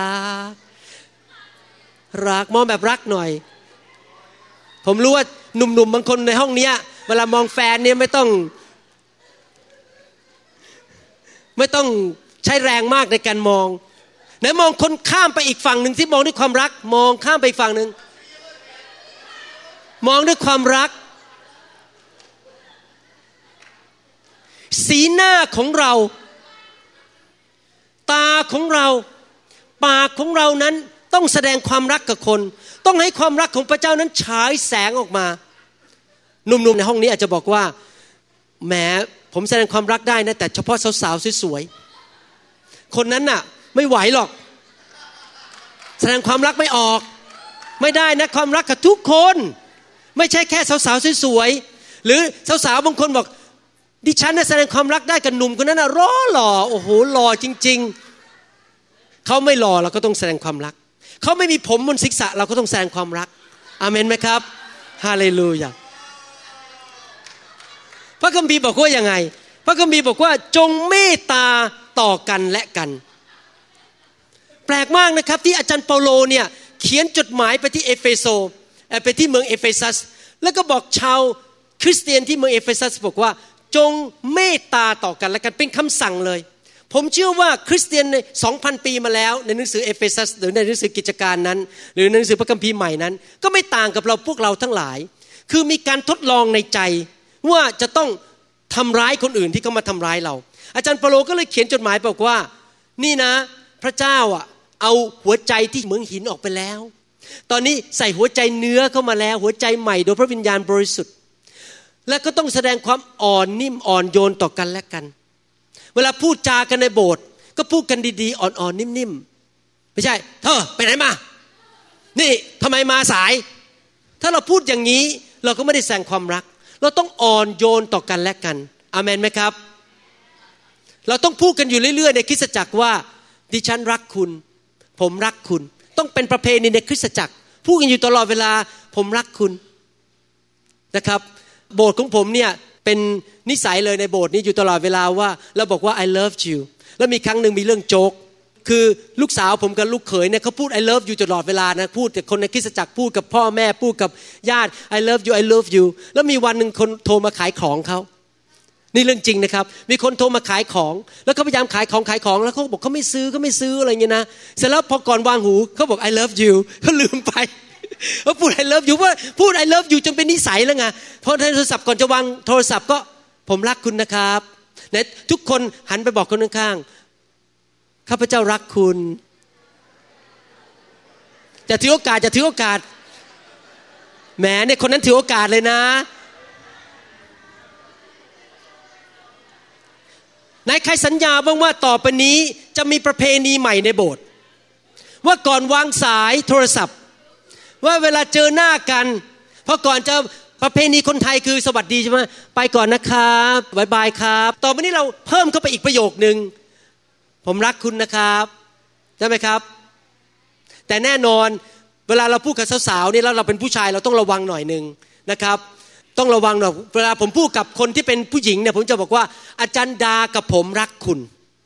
รักมองแบบรักหน่อยผมรู้ว่าหนุ่มๆบางคนในห้องนี้เวลามองแฟนเนี่ยไม่ต้องใช้แรงมากในการมองไหนมองคนข้ามไปอีกฝั่งนึงที่มองด้วยความรักมองข้ามไปอีกฝั่งนึงมองด้วยความรักสีหน้าของเราตาของเราปากของเรานั้นต้องแสดงความรักกับคนต้องให้ความรักของพระเจ้านั้นฉายแสงออกมาหนุ่มๆในห้องนี้อาจจะบอกว่าแหมผมแสดงความรักได้นะแต่เฉพาะสาวๆสวยๆคนนั้นน่ะไม่ไหวหรอกแสดงความรักไม่ออกไม่ได้นะความรักกับทุกคนไม่ใช่แค่สาวๆสวยๆหรือสาวๆบางคนบอกดิฉันน่ะแสดงความรักได้กับหนุ่มคนนั้นน่ะหล่อโอ้โหหล่อจริงๆเขาไม่หล่อเราก็ต้องแสดงความรักเขาไม่มีผมบนศีรษะเราก็ต้องแสดงความรักอาเมนไหมครับฮาเลลูยาพระคัมภีร์บอกว่ายังไงพระคัมภีร์บอกว่าจงเมตตาต่อกันและกันแปลกมากนะครับที่อาจารย์เปาโลเนี่ยเขียนจดหมายไปที่เอเฟโซไปที่เมืองเอเฟซัสแล้วก็บอกชาวคริสเตียนที่เมืองเอเฟซัสบอกว่าจงเมตตาต่อกันและกันเป็นคำสั่งเลยผมเชื่อว่าคริสเตียนใน 2,000 ปีมาแล้วในหนังสือเอเฟซัสหรือในหนังสือกิจการนั้นหรือในหนังสือพระคัมภีร์ใหม่นั้นก็ไม่ต่างกับเราพวกเราทั้งหลายคือมีการทดลองในใจว่าจะต้องทำร้ายคนอื่นที่เขามาทำร้ายเราอาจารย์เปาโลก็เลยเขียนจดหมายบอกว่านี่นะพระเจ้าเอาหัวใจที่เหมือนหินออกไปแล้วตอนนี้ใส่หัวใจเนื้อเข้ามาแล้วหัวใจใหม่โดยพระวิญญาณบริสุทธิ์และก็ต้องแสดงความอ่อนนิ่มอ่อนโยนต่อกันและกันเวลาพูดจากันในโบสถ์ก็พูดกันดีๆอ่อนๆนิ่มๆไม่ใช่เธอไปไหนมานี่ทำไมมาสายถ้าเราพูดอย่างนี้เราก็ไม่ได้แสดงความรักเราต้องอ่อนโยนต่อกันและกันอาเมนไหมครับเราต้องพูดกันอยู่เรื่อยๆในคริสตจักรว่าดิฉันรักคุณผมรักคุณต้องเป็นประเพณีในคริสตจักรพูดกันอยู่ตลอดเวลาผมรักคุณนะครับโบสถ์ของผมเนี่ยเป็นนิสัยเลยในโบสถ์นี้อยู่ตลอดเวลาว่าเราบอกว่า I love you แล้วมีครั้งนึงมีเรื่องโจ๊กคือลูกสาวผมกับลูกเขยเนี่ยเขาพูด I love you ตลอดเวลานะพูดแต่คนในคริสตจักรพูดกับพ่อแม่พูดกับญาติ I love you I love you แล้วมีวันนึงคนโทรมาขายของเขานี่เรื่องจริงนะครับมีคนโทรมาขายของแล้วเขาพยายามขายของแล้วเขาบอกเขาไม่ซื้ออะไรเงี้ยนะเสร็จแล้วพอก่อนวางหูเขาบอก I love you เขาลืมไปเขาพูด I love you ว่าพูด I love you จนเป็นนิสัยแล้วไงพอในโทรศัพท์ก่อนจะวางโทรศัพท์ก็ผมรักคุณนะครับไหนทุกคนหันไปบอกคนข้างๆข้าพเจ้ารักคุณจะถือโอกาสแหมเนี่ยคนนั้นถือโอกาสเลยนะไหนใครสัญญาบ้างว่าต่อไปนี้จะมีประเพณีใหม่ในโบสถ์ว่าก่อนวางสายโทรศัพท์ว่าเวลาเจอหน้ากันเพราะก่อนจะประเพณีคนไทยคือสวัสดีใช่ไหมไปก่อนนะครับบ๊ายบายครับต่อไปนี้เราเพิ่มเข้าไปอีกประโยคนึงผมรักคุณนะครับใช่ไหมครับแต่แน่นอนเวลาเราพูดกับสาวๆนี่แล้วเราเป็นผู้ชายเราต้องระวังหน่อยนึงนะครับต้องระวังหน่อยเวลาผมพูดกับคนที่เป็นผู้หญิงเนี่ยผมจะบอกว่าอาจารย์ดากับผมรักคุณ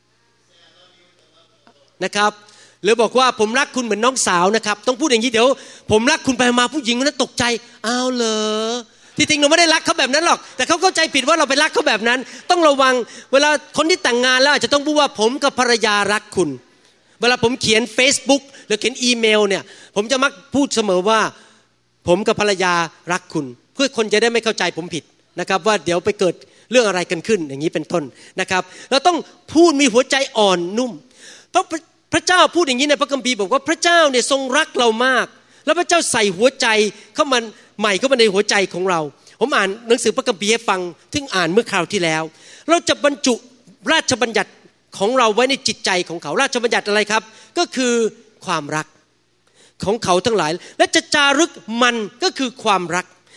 นะครับหรือบอกว่าผมรักคุณเหมือนน้องสาวนะครับต้องพูดอย่างนี้เดี๋ยวผมรักคุณไปมาผู้หญิงนั้นตกใจอ้าวเหรอที่จริงเราไม่ได้รักเขาแบบนั้นหรอกแต่เขาเข้าใจผิดว่าเราไปรักเขาแบบนั้นต้องระวังเวลาคนที่แต่งงานแล้วอาจจะต้องพูดว่าผมกับภรรยารักคุณเวลาผมเขียน Facebook หรือเขียนอีเมลเนี่ยผมจะมักพูดเสมอว่าผมกับภรรยารักคุณเพื่อคนจะได้ไม่เข้าใจผมผิดนะครับว่าเดี๋ยวไปเกิดเรื่องอะไรกันขึ้นอย่างนี้เป็นต้นนะครับเราต้องพูดมีหัวใจอ่อนนุ่มเพราะพระเจ้าพูดอย่างนี้ในพระคัมภีร์บอกว่าพระเจ้าเนี่ยทรงรักเรามากแล้วพระเจ้าใส่หัวใจเข้ามาใหม่เข้ามาในหัวใจของเราผมอ่านหนังสือพระคัมภีร์ให้ฟังซึ่งอ่านเมื่อคราวที่แล้วเราจะบรรจุราชบัญญัติของเราไว้ในจิตใจของเขาราชบัญญัติอะไรครับก็คือความรักของเขาทั้งหลายและจะจารึกมันก็คือความรัก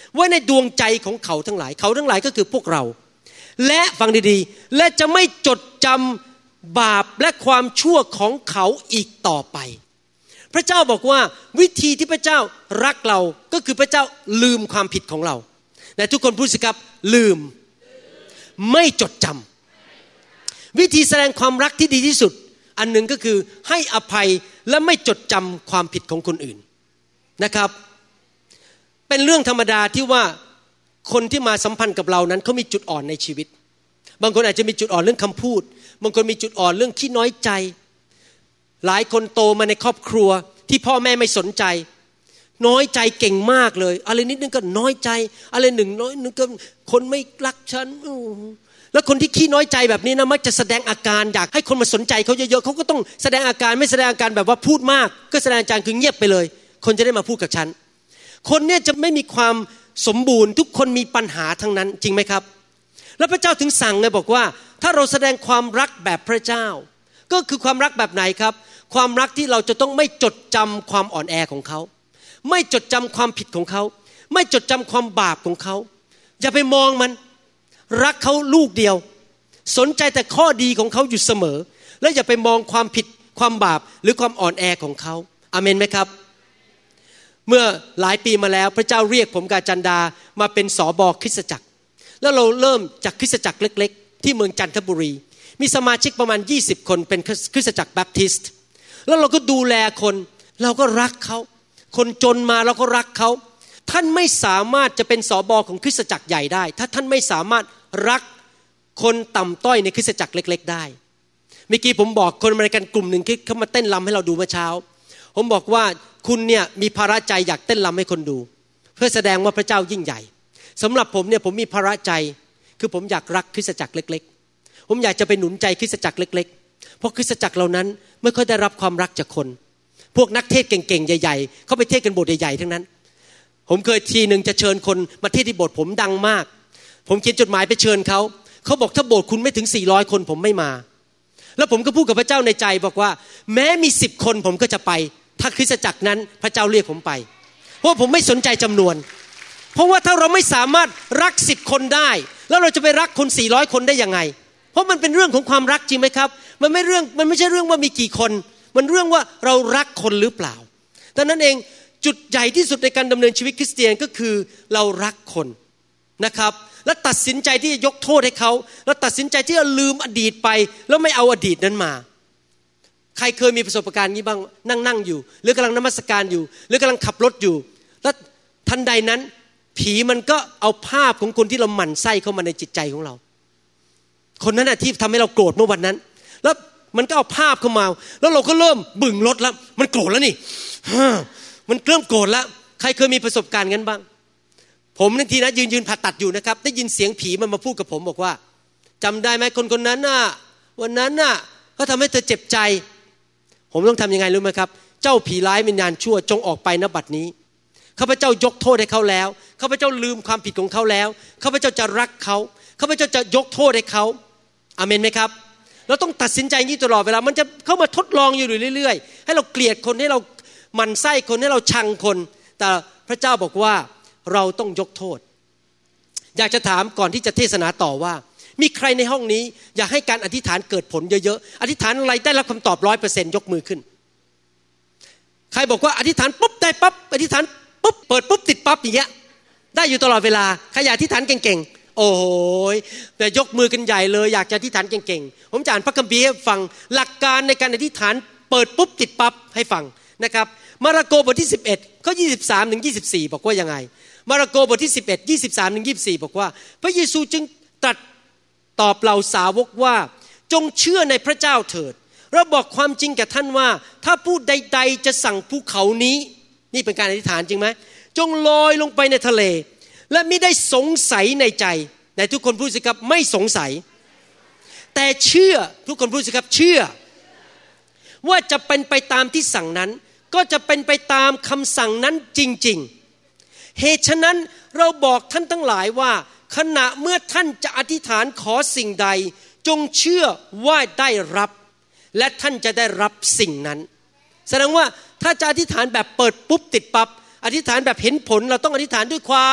ไว้ในดวงใจของเขาทั้งหลายเขาทั้งหลายก็คือพวกเราและฟังดีๆและจะไม่จดจำบาปและความชั่วของเขาอีกต่อไปพระเจ้าบอกว่าวิธีที่พระเจ้ารักเราก็คือพระเจ้าลืมความผิดของเราแต่ทุกคนพูดสิครับลืมไม่จดจำวิธีแสดงความรักที่ดีที่สุดอันหนึ่งก็คือให้อภัยและไม่จดจำความผิดของคนอื่นนะครับเป็นเรื่องธรรมดาที่ว่าคนที่มาสัมพันธ์กับเรานั้นเขามีจุดอ่อนในชีวิตบางคนอาจจะมีจุดอ่อนเรื่องคำพูดบางคนมีจุดอ่อนเรื่องขี้น้อยใจหลายคนโตมาในครอบครัวที่พ่อแม่ไม่สนใจน้อยใจเก่งมากเลยอะไรนิดนึงก็น้อยใจอะไรหนึ่งน้อยนึงก็คนไม่รักฉันแล้วคนที่ขี้น้อยใจแบบนี้นะมักจะแสดงอาการอยากให้คนมาสนใจเขาเยอะๆเขาก็ต้องแสดงอาการไม่แสดงอาการแบบว่าพูดมากก็แสดงอาการคือเงียบไปเลยคนจะได้มาพูดกับฉันคนเนี่ยจะไม่มีความสมบูรณ์ทุกคนมีปัญหาทั้งนั้นจริงไหมครับแล้วพระเจ้าถึงสั่งเลยบอกว่าถ้าเราแสดงความรักแบบพระเจ้าก็คือความรักแบบไหนครับความรักที่เราจะต้องไม่จดจำความอ่อนแอของเขาไม่จดจำความผิดของเขาไม่จดจำความบาปของเขาอย่าไปมองมันรักเขาลูกเดียวสนใจแต่ข้อดีของเขาอยู่เสมอและอย่าไปมองความผิดความบาปหรือความอ่อนแอของเขาอาเมนไหมครับเมื่อหลายปีมาแล้วพระเจ้าเรียกผมกับจันดามาเป็นสบคริสตจักรแล้วเราเริ่มจากคริสตจักรเล็กๆที่เมืองจันทบุรีมีสมาชิกประมาณ20คนเป็นคริสตจักรแบปทิสต์แล้วเราก็ดูแลคนเราก็รักเขาคนจนมาเราก็รักเขาท่านไม่สามารถจะเป็นสบของคริสตจักรใหญ่ได้ถ้าท่านไม่สามารถรักคนต่ำต้อยในคริสตจักรเล็กๆได้เมื่อกี้ผมบอกคนอเมริกันกลุ่มหนึ่งที่เขามาเต้นรำให้เราดูเมื่อเช้าผมบอกว่าคุณเนี่ยมีภาระใจอยากเต้นรำให้คนดูเพื่อแสดงว่าพระเจ้ายิ่งใหญ่สำหรับผมเนี่ยผมมีภาระใจคือผมอยากรักคริสตจักรเล็กๆผมอยากจะไปหนุนใจคริสตจักรเล็กๆเพราะคริสตจักรเหล่านั้นไม่ค่อยได้รับความรักจากคนพวกนักเทศน์เก่งๆใหญ่ๆเขาไปเทศน์กันโบสถ์ใหญ่ๆทั้งนั้นผมเคยทีนึงจะเชิญคนมาเทศน์ที่โบสถ์ผมดังมากผมเขียนจดหมายไปเชิญเขาบอกถ้าโบสถ์คุณไม่ถึง400คนผมไม่มาแล้วผมก็พูดกับพระเจ้าในใจบอกว่าแม้มี10คนผมก็จะไปถ้าคริสตจักรนั้นพระเจ้าเรียกผมไปเพราะผมไม่สนใจจำนวนเพราะว่าถ้าเราไม่สามารถรัก10คนได้แล้วเราจะไปรักคน400คนได้ยังไงเพราะมันเป็นเรื่องของความรักจริงไหมครับมันไม่ใช่เรื่องว่ามีกี่คนมันเรื่องว่าเรารักคนหรือเปล่าดังนั้นเองจุดใหญ่ที่สุดในการดำเนินชีวิตคริสเตียนก็คือเรารักคนนะครับและตัดสินใจที่จะยกโทษให้เขาและตัดสินใจที่จะลืมอดีตไปแล้วไม่เอาอดีตนั้นมาใครเคยมีประสบการณ์นี้บ้างนั่งอยู่หรือกำลังนมัสการอยู่หรือกำลังขับรถอยู่แล้วทันใดนั้นผีมันก็เอาภาพของคนที่เราหมั่นไส้เข้ามาในจิตใจของเราคนนั้นน่ะที่ทำให้เราโกรธเมื่อวันนั้นแล้วมันก็เอาภาพเข้ามาแล้วเราก็เริ่มบึ่งรถแล้วมันโกรธแล้วนี่มันเริ่มโกรธแล้วใครเคยมีประสบการณ์งั้นบ้างผมทันทีนะยืนผ่าตัดอยู่นะครับได้ยินเสียงผีมันมาพูดกับผมบอกว่าจำได้ไหมคนนั้นน่ะวันนั้นน่ะเขาทำให้เธอเจ็บใจผมต้องทำยังไงรู้ไหมครับเจ้าผีร้ายวิญญาณชั่วจงออกไปณบัดนี้ข้าพเจ้ายกโทษให้เขาแล้วข้าพเจ้าลืมความผิดของเขาแล้วข้าพเจ้าจะรักเขาข้าพเจ้าจะยกโทษให้เขาอาเมนไหมครับเราต้องตัดสินใจนี้ตลอดเวลามันจะเข้ามาทดลองอยู่เรื่อยๆให้เราเกลียดคนให้เราหมั่นไส้คนให้เราชังคนแต่พระเจ้าบอกว่าเราต้องยกโทษอยากจะถามก่อนที่จะเทศนาต่อว่ามีใครในห้องนี้อยากให้การอธิษฐานเกิดผลเยอะๆอธิษฐานอะไรได้รับคำตอบ 100% ยกมือขึ้นใครบอกว่าอธิษฐานปุ๊บได้ปั๊บอธิษฐานปุ๊บเปิดปุ๊บติดปั๊บอย่างเงี้ยได้อยู่ตลอดเวลาใครอยากอธิษฐานเก่งๆโอ้โหแต่ยกมือกันใหญ่เลยอยากจะอธิษฐานเก่งๆผมจะอ่านพระคัมภีร์ให้ฟังหลักการในการอธิษฐานเปิดปุ๊บติดปั๊บให้ฟังนะครับมาระโกบทที่11ข้อ23ถึง24บอกว่ายังไงมาระโกบทที่11 23ถึง24บอกว่าพระเยซูจึงตรัสตอบเหล่าสาวกว่าจงเชื่อในพระเจ้าเถิดเราบอกความจริงแก่ท่านว่าถ้าผู้ใดๆจะสั่งภูเขานี้นี่เป็นการอธิษฐานจริงไหมจงลอยลงไปในทะเลและมิได้สงสัยในใจในทุกคนพูดสิครับไม่สงสัยแต่เชื่อทุกคนพูดสิครับเชื่อว่าจะเป็นไปตามที่สั่งนั้นก็จะเป็นไปตามคำสั่งนั้นจริงๆเหตุฉะนั้นเราบอกท่านทั้งหลายว่าขณะเมื่อท่านจะอธิษฐานขอสิ่งใดจงเชื่อว่าได้รับและท่านจะได้รับสิ่งนั้นแสดงว่าถ้าจะอธิษฐานแบบเปิดปุ๊บติดปั๊บอธิษฐานแบบเห็นผลเราต้องอธิษฐานด้วยความ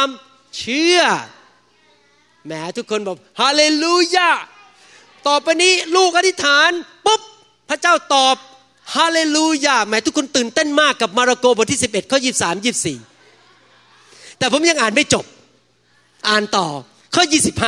เชื่อแหมทุกคนบอกฮาเลลูยาต่อไปนี้ลูกอธิษฐานปุ๊บพระเจ้าตอบฮาเลลูยาแหมทุกคนตื่นเต้นมากกับมาระโกบทที่11ข้อ23 24แต่ผมยังอ่านไม่จบอ่านต่อข้อ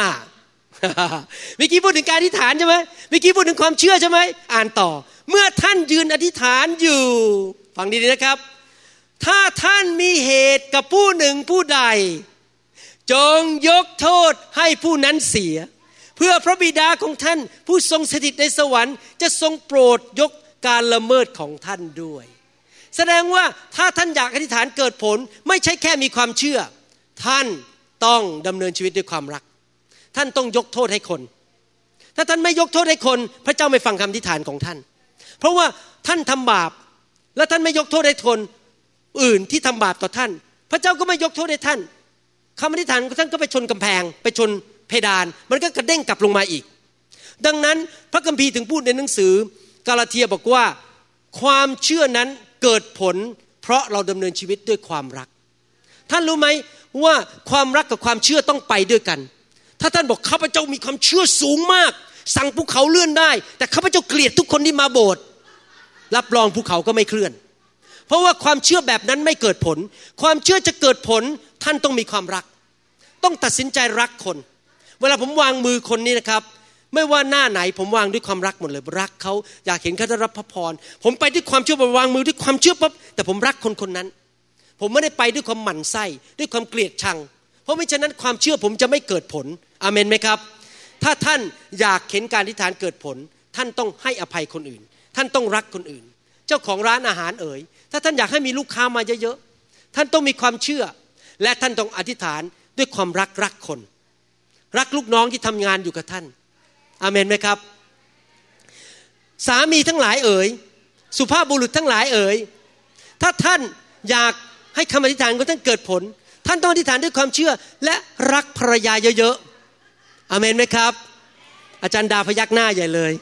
25เมื่อกี้พูดถึงการอธิษฐานใช่ไหมเมื่อกี้พูดถึงความเชื่อใช่ไหมอ่านต่อเมื่อท่านยืนอธิษฐานอยู่ฟังดีๆนะครับถ้าท่านมีเหตุกับผู้หนึ่งผู้ใดจงยกโทษให้ผู้นั้นเสียเพื่อพระบิดาของท่านผู้ทรงสถิตในสวรรค์จะทรงโปรดยกการละเมิดของท่านด้วยแสดงว่าถ้าท่านอยากอธิษฐานเกิดผลไม่ใช่แค่มีความเชื่อท่านต้องดำเนินชีวิตด้วยความรักท่านต้องยกโทษให้คนถ้าท่านไม่ยกโทษให้คนพระเจ้าไม่ฟังคำอธิษฐานของท่านเพราะว่าท่านทำบาปและท่านไม่ยกโทษให้คนอื่นที่ทำบาปต่อท่านพระเจ้าก็ไม่ยกโทษให้ท่านคำอธิษฐานของท่านก็ไปชนกำแพงไปชนเพดานมันก็กระเด้งกลับลงมาอีกดังนั้นพระคัมภีร์ถึงพูดในหนังสือกาลาเทียบอกว่าความเชื่อนั้นเกิดผลเพราะเราดำเนินชีวิตด้วยความรักท่านรู้ไหมว่าความรักกับความเชื่อต้องไปด้วยกันถ้าท่านบอกข้าพเจ้ามีความเชื่อสูงมากสั่งภูเขาเลื่อนได้แต่ข้าพเจ้าเกลียดทุกคนที่มาโบสถ์รับรองภูเขาก็ไม่เคลื่อนเพราะว่าความเชื่อแบบนั้นไม่เกิดผลความเชื่อจะเกิดผลท่านต้องมีความรักต้องตัดสินใจรักคนเวลาผมวางมือคนนี้นะครับไม่ว่าหน้าไหนผมวางด้วยความรักหมดเลยรักเขาอยากเห็นเขาได้รับพระพรผมไปด้วยความเชื่อวางมือด้วยความเชื่อปั๊บแต่ผมรักคนคนนั้นผมไม่ได้ไปด้วยความหมั่นไส้ด้วยความเกลียดชังเพราะไม่ฉะนั้นความเชื่อผมจะไม่เกิดผลอาเมนไหมครับถ้าท่านอยากเห็นการอธิษฐานเกิดผลท่านต้องให้อภัยคนอื่นท่านต้องรักคนอื่นเจ้าของร้านอาหารถ้าท่านอยากให้มีลูกค้ามาเยอะๆท่านต้องมีความเชื่อและท่านต้องอธิษฐานด้วยความรักคนรักลูกน้องที่ทำงานอยู่กับท่านอาเมนไหมครับสามีทั้งหลายสุภาพบุรุษทั้งหลายถ้าท่านอยากให้คำอธิษฐานของท่านเกิดผลท่านต้องอธิษฐานด้วยความเชื่อและรักภรรยาเยอะๆอาเมนไหมครับอาจารย์ดาพยักหน้าใหญ่เลย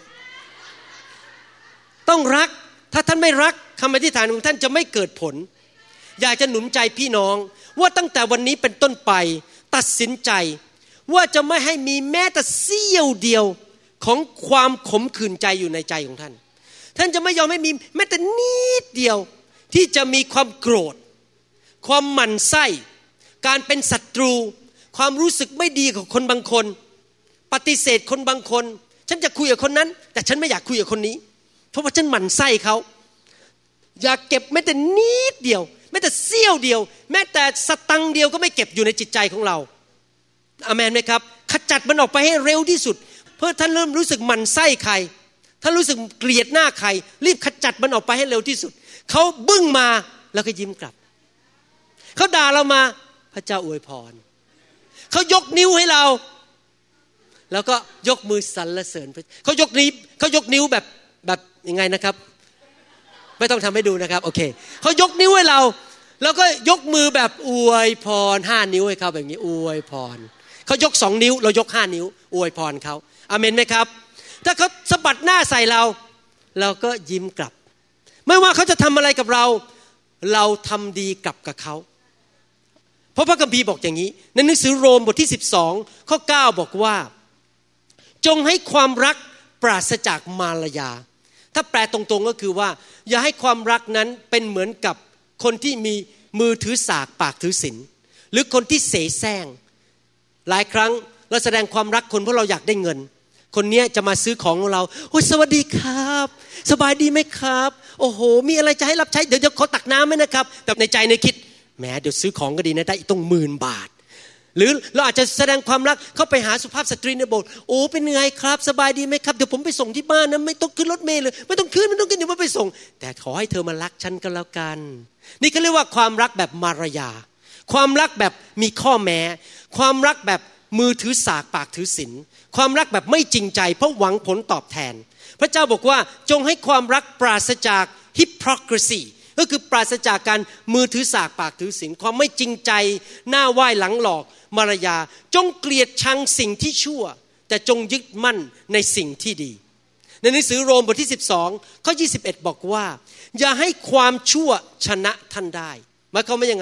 ต้องรักถ้าท่านไม่รักคำอธิษฐานของท่านจะไม่เกิดผลอยากจะหนุนใจพี่น้องว่าตั้งแต่วันนี้เป็นต้นไปตัดสินใจว่าจะไม่ให้มีแม้แต่เสี้ยวเดียวของความขมขื่นใจอยู่ในใจของท่านท่านจะไม่ยอมให้มีแม้แต่นิดเดียวที่จะมีความโกรธความหมั่นไส้การเป็นศัตรูความรู้สึกไม่ดีกับคนบางคนปฏิเสธคนบางคนฉันจะคุยกับคนนั้นแต่ฉันไม่อยากคุยกับคนนี้เพราะว่าฉันหมั่นไส้เขาอยากเก็บแม้แต่นิดเดียวแม้แต่เสี้ยวเดียวแม้แต่สตังค์เดียวก็ไม่เก็บอยู่ในจิตใจของเราอาเมนไหมครับขจัดมันออกไปให้เร็วที่สุดเพื่อท่านเริ่มรู้สึกหมั่นไส้ใครท่านรู้สึกเกลียดหน้าใครรีบขจัดมันออกไปให้เร็วที่สุดเขาบึ้งมาแล้วก็ยิ้มกลับเขาด่าเรามาพระเจ้าอวยพรเขายกนิ้วให้เราแล้วก็ยกมือสรรเสริญเขายกนิ้วแบบยังไงนะครับไม่ต้องทำให้ดูนะครับโอเคเขายกนิ้วให้เราแล้วก็ยกมือแบบอวยพร5นิ้วให้เขาแบบนี้อวยพรเขายก2นิ้วเรายก5นิ้วอวยพรเขาอาเมนไหมครับถ้าเขาสะบัดหน้าใส่เราเราก็ยิ้มกลับไม่ว่าเขาจะทำอะไรกับเราเราทำดีกลับกับเขาเพราะพระคัมภีร์บอกอย่างนี้ในหนังสือโรมบทที่12ข้อ9บอกว่าจงให้ความรักปราศจากมารยาถ้าแปลตรงๆก็คือว่าอย่าให้ความรักนั้นเป็นเหมือนกับคนที่มีมือถือสากปากถือศีลหรือคนที่เสแสร้งหลายครั้งเราแสดงความรักคนเพราะเราอยากได้เงินคนนี้จะมาซื้อของของเราโอ้สวัสดีครับสบายดีไหมครับโอ้โหมีอะไรจะให้รับใช้เดี๋ยวขอตักน้ำไหมนะครับแต่ในใจในคิดแหมเดี๋ยวซื้อของก็ดีนะได้ต้อง10,000 บาทหรือเราอาจจะแสดงความรักเข้าไปหาสุภาพสตรีในโบสถ์โอ้เป็นไงครับสบายดีไหมครับเดี๋ยวผมไปส่งที่บ้านนะไม่ต้องขึ้นรถเมล์เลยไม่ต้องขึ้นเดี๋ยวไปส่งแต่ขอให้เธอมารักฉันก็แล้วกันนี่เขาเรียกว่าความรักแบบมารยาความรักแบบมีข้อแม้ความรักแบบมือถือสากปากถือศีลความรักแบบไม่จริงใจเพราะหวังผลตอบแทนพระเจ้าบอกว่าจงให้ความรักปราศจาก hypocrisy ก็คือปราศจากการมือถือสากปากถือศีลความไม่จริงใจหน้าไหว้หลังหลอกมารยาจงเกลียดชังสิ่งที่ชั่วแต่จงยึดมั่นในสิ่งที่ดีในหนังสือโรมบทที่12ข้อ21บอกว่าอย่าให้ความชั่วชนะท่านได้หมายความว่ายังไง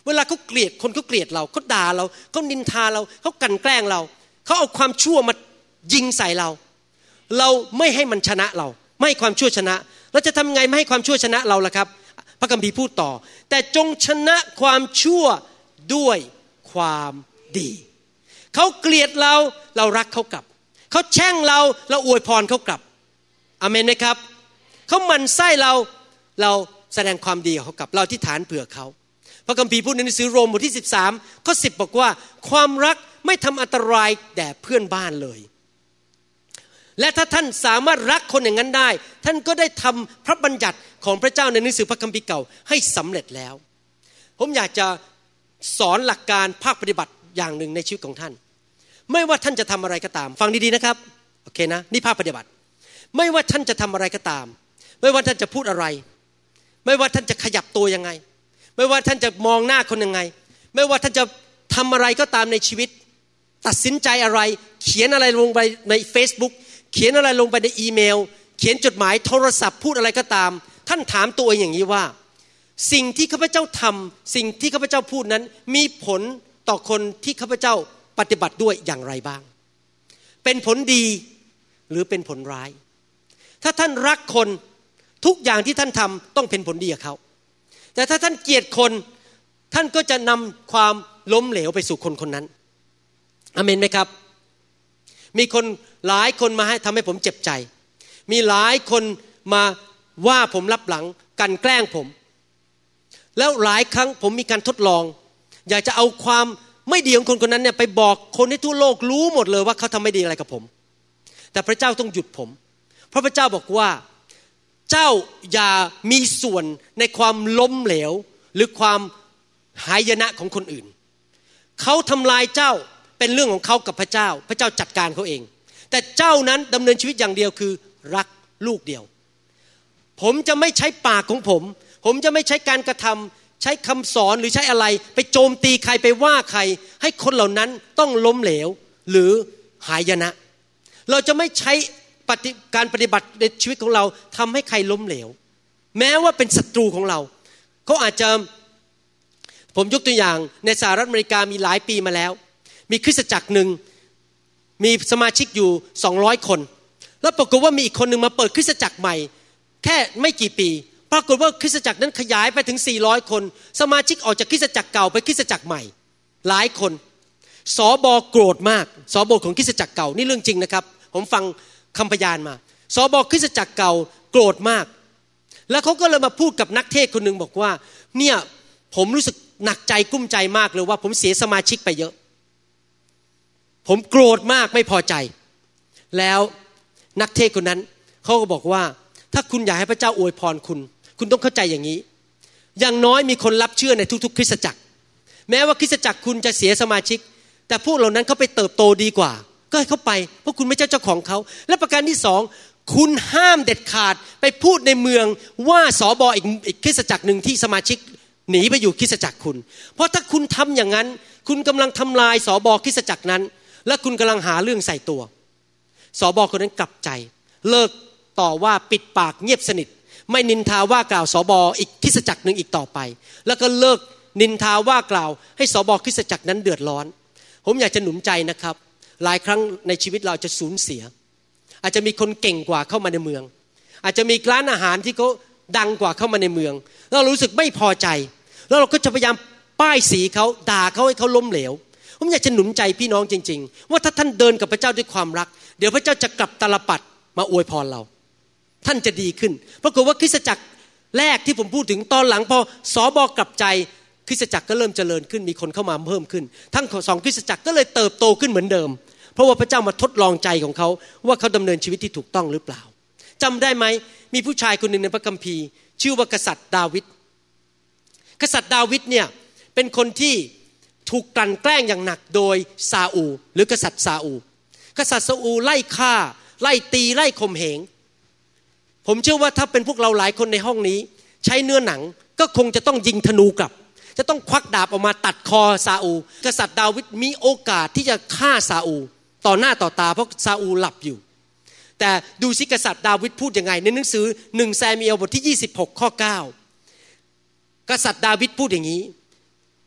เวลาเขาเกลียดคนเขาเกลียดเราเขาด่าเราเขานินทาเราเขากลั่นแกล้งเราเขาเอาความชั่วมายิงใส่เราเราไม่ให้มันชนะเราไม่ให้ความชั่วชนะเราจะทำไงไม่ให้ความชั่วชนะเราล่ะครับพระคัมภีร์พูดต่อแต่จงชนะความชั่วด้วยความดีเขาเกลียดเราเรารักเขากลับเขาแช่งเราเราอวยพรเขากลับอาเมนไหมครับเขาหมั่นไส้เราแสดงความดีกับเขากลับเราอธิษฐานเผื่อเขาพระคัมภีร์พูดในหนังสือโรมบทที่13ข้อ10บอกว่าความรักไม่ทำอันตรายแด่เพื่อนบ้านเลยและถ้าท่านสามารถรักคนอย่างนั้นได้ท่านก็ได้ทำพระบัญญัติของพระเจ้าในหนังสือพระคัมภีร์เก่าให้สำเร็จแล้วผมอยากจะสอนหลักการภาคปฏิบัติอย่างหนึ่งในชีวิตของท่านไม่ว่าท่านจะทำอะไรก็ตามฟังดีๆนะครับโอเคนะนี่ภาคปฏิบัติไม่ว่าท่านจะทำอะไรก็ตามไม่ว่าท่านจะพูดอะไรไม่ว่าท่านจะขยับตัวยังไงไม่ว่าท่านจะมองหน้าคนยังไงไม่ว่าท่านจะทำอะไรก็ตามในชีวิตตัดสินใจอะไรเขียนอะไรลงไปใน Facebook เขียนอะไรลงไปในอีเมลเขียนจดหมายโทรศัพท์พูดอะไรก็ตามท่านถามตัวเองอย่างนี้ว่าสิ่งที่ข้าพเจ้าทำสิ่งที่ข้าพเจ้าพูดนั้นมีผลต่อคนที่ข้าพเจ้าปฏิบัติด้วยอย่างไรบ้างเป็นผลดีหรือเป็นผลร้ายถ้าท่านรักคนทุกอย่างที่ท่านทำต้องเป็นผลดีกับเขาแต่ถ้าท่านเกลียดคนท่านก็จะนำความล้มเหลวไปสู่คนคนนั้นอาเมนไหมครับมีคนหลายคนมาทำให้ผมเจ็บใจมีหลายคนมาว่าผมลับหลังกันแกล้งผมแล้วหลายครั้งผมมีการทดลองอยากจะเอาความไม่ดีของคนคนนั้นเนี่ยไปบอกคนในทั่วโลกรู้หมดเลยว่าเขาทำไม่ดีอะไรกับผมแต่พระเจ้าต้องหยุดผมเพราะพระเจ้าบอกว่าเจ้าอย่ามีส่วนในความล้มเหลวหรือความหายนะของคนอื่นเขาทำลายเจ้าเป็นเรื่องของเขากับพระเจ้าพระเจ้าจัดการเขาเองแต่เจ้านั้นดำเนินชีวิตอย่างเดียวคือรักลูกเดียวผมจะไม่ใช้ปากของผมจะไม่ใช้การกระทำใช้คำสอนหรือใช้อะไรไปโจมตีใครไปว่าใครให้คนเหล่านั้นต้องล้มเหลวหรือหายนะเราจะไม่ใช้การปฏิบัติในชีวิตของเราทำให้ใครล้มเหลวแม้ว่าเป็นศัตรูของเราเขาอาจจะผมยกตัวอย่างในสหรัฐอเมริกามีหลายปีมาแล้วมีคริสตจักรหนึ่งมีสมาชิกอยู่200คนแล้วปรากฏว่ามีอีกคนนึงมาเปิดคริสตจักรใหม่แค่ไม่กี่ปีปรากฏว่าคริสตจักรนั้นขยายไปถึง400คนสมาชิกออกจากคริสตจักรเก่าไปคริสตจักรใหม่หลายคนสบโกรธมากสบของคริสตจักรเก่านี่เรื่องจริงนะครับผมฟังคำพยานมาสบคริสตจักรเก่าโกรธมากแล้วเขาก็เลยมาพูดกับนักเทศคนนึงบอกว่าเนี่ยผมรู้สึกหนักใจกุ้มใจมากเลยว่าผมเสียสมาชิกไปเยอะผมโกรธมากไม่พอใจแล้วนักเทศคนนั้นเขาก็บอกว่าถ้าคุณอยากให้พระเจ้าอวยพรคุณต้องเข้าใจอย่างนี้อย่างน้อยมีคนรับเชื่อในทุกๆคริสตจักรแม้ว่าคริสตจักรคุณจะเสียสมาชิกแต่พวกเหล่านั้นเขาไปเติบโตดีกว่าก็ให้เขาไปเพราะคุณไม่ใช่เจ้าของเขาและประการที่สองคุณห้ามเด็ดขาดไปพูดในเมืองว่าสบอีกคริสตจักรนึงที่สมาชิกหนีไปอยู่คริสตจักรคุณเพราะถ้าคุณทำอย่างนั้นคุณกำลังทำลายสบคริสตจักรนั้นและคุณกำลังหาเรื่องใส่ตัวสบคนนั้นกลับใจเลิกต่อว่าปิดปากเงียบสนิทไม่นินทาว่ากล่าวสบอีกคริสตจักรนึงอีกต่อไปแล้วก็เลิกนินทาว่ากล่าวให้สบคริสตจักรนั้นเดือดร้อนผมอยากจะหนุนใจนะครับหลายครั้งในชีวิตเราจะสูญเสียอาจจะมีคนเก่งกว่าเข้ามาในเมืองอาจจะมีร้านอาหารที่เขาดังกว่าเข้ามาในเมืองแล้วเรารู้สึกไม่พอใจแล้วเราก็จะพยายามป้ายสีเขาด่าเขาให้เขาล้มเหลวผมอยากจะหนุนใจพี่น้องจริงๆว่าถ้าท่านเดินกับพระเจ้าด้วยความรักเดี๋ยวพระเจ้าจะกลับตาลปัดมาอวยพรเราท่านจะดีขึ้นปรากฏว่าคริสตจักรแรกที่ผมพูดถึงตอนหลังพอสบกลับใจคริสตจักรก็เริ่มเจริญขึ้นมีคนเข้ามาเพิ่มขึ้นทั้งสองคริสตจักรก็เลยเติบโตขึ้นเหมือนเดิมเพราะว่าพระเจ้ามาทดลองใจของเขาว่าเขาดำเนินชีวิตที่ถูกต้องหรือเปล่าจำได้ไหมมีผู้ชายคนหนึ่งในพระคัมภีร์ชื่อว่ากษัตริย์ดาวิดกษัตริย์ดาวิดเนี่ยเป็นคนที่ถูกกลั่นแกล้งอย่างหนักโดยซาอูลหรือกษัตริย์ซาอูลกษัตริย์ซาอูลไล่ฆ่าไล่ตีไล่ข่มเหงผมเชื่อว่าถ้าเป็นพวกเราหลายคนในห้องนี้ใช้เนื้อหนังก็คงจะต้องยิงธนูกลับจะต้องควักดาบออกมาตัดคอซาอูลกษัตริย์ดาวิดมีโอกาสที่จะฆ่าซาอูลต่อหน้าต่อตาเพราะซาอูลหลับอยู่แต่ดูสิกษัตริย์ดาวิดพูดยังไงในหนังสือ1ซามูเอลบทที่26ข้อ9กษัตริย์ดาวิดพูดอย่างนี้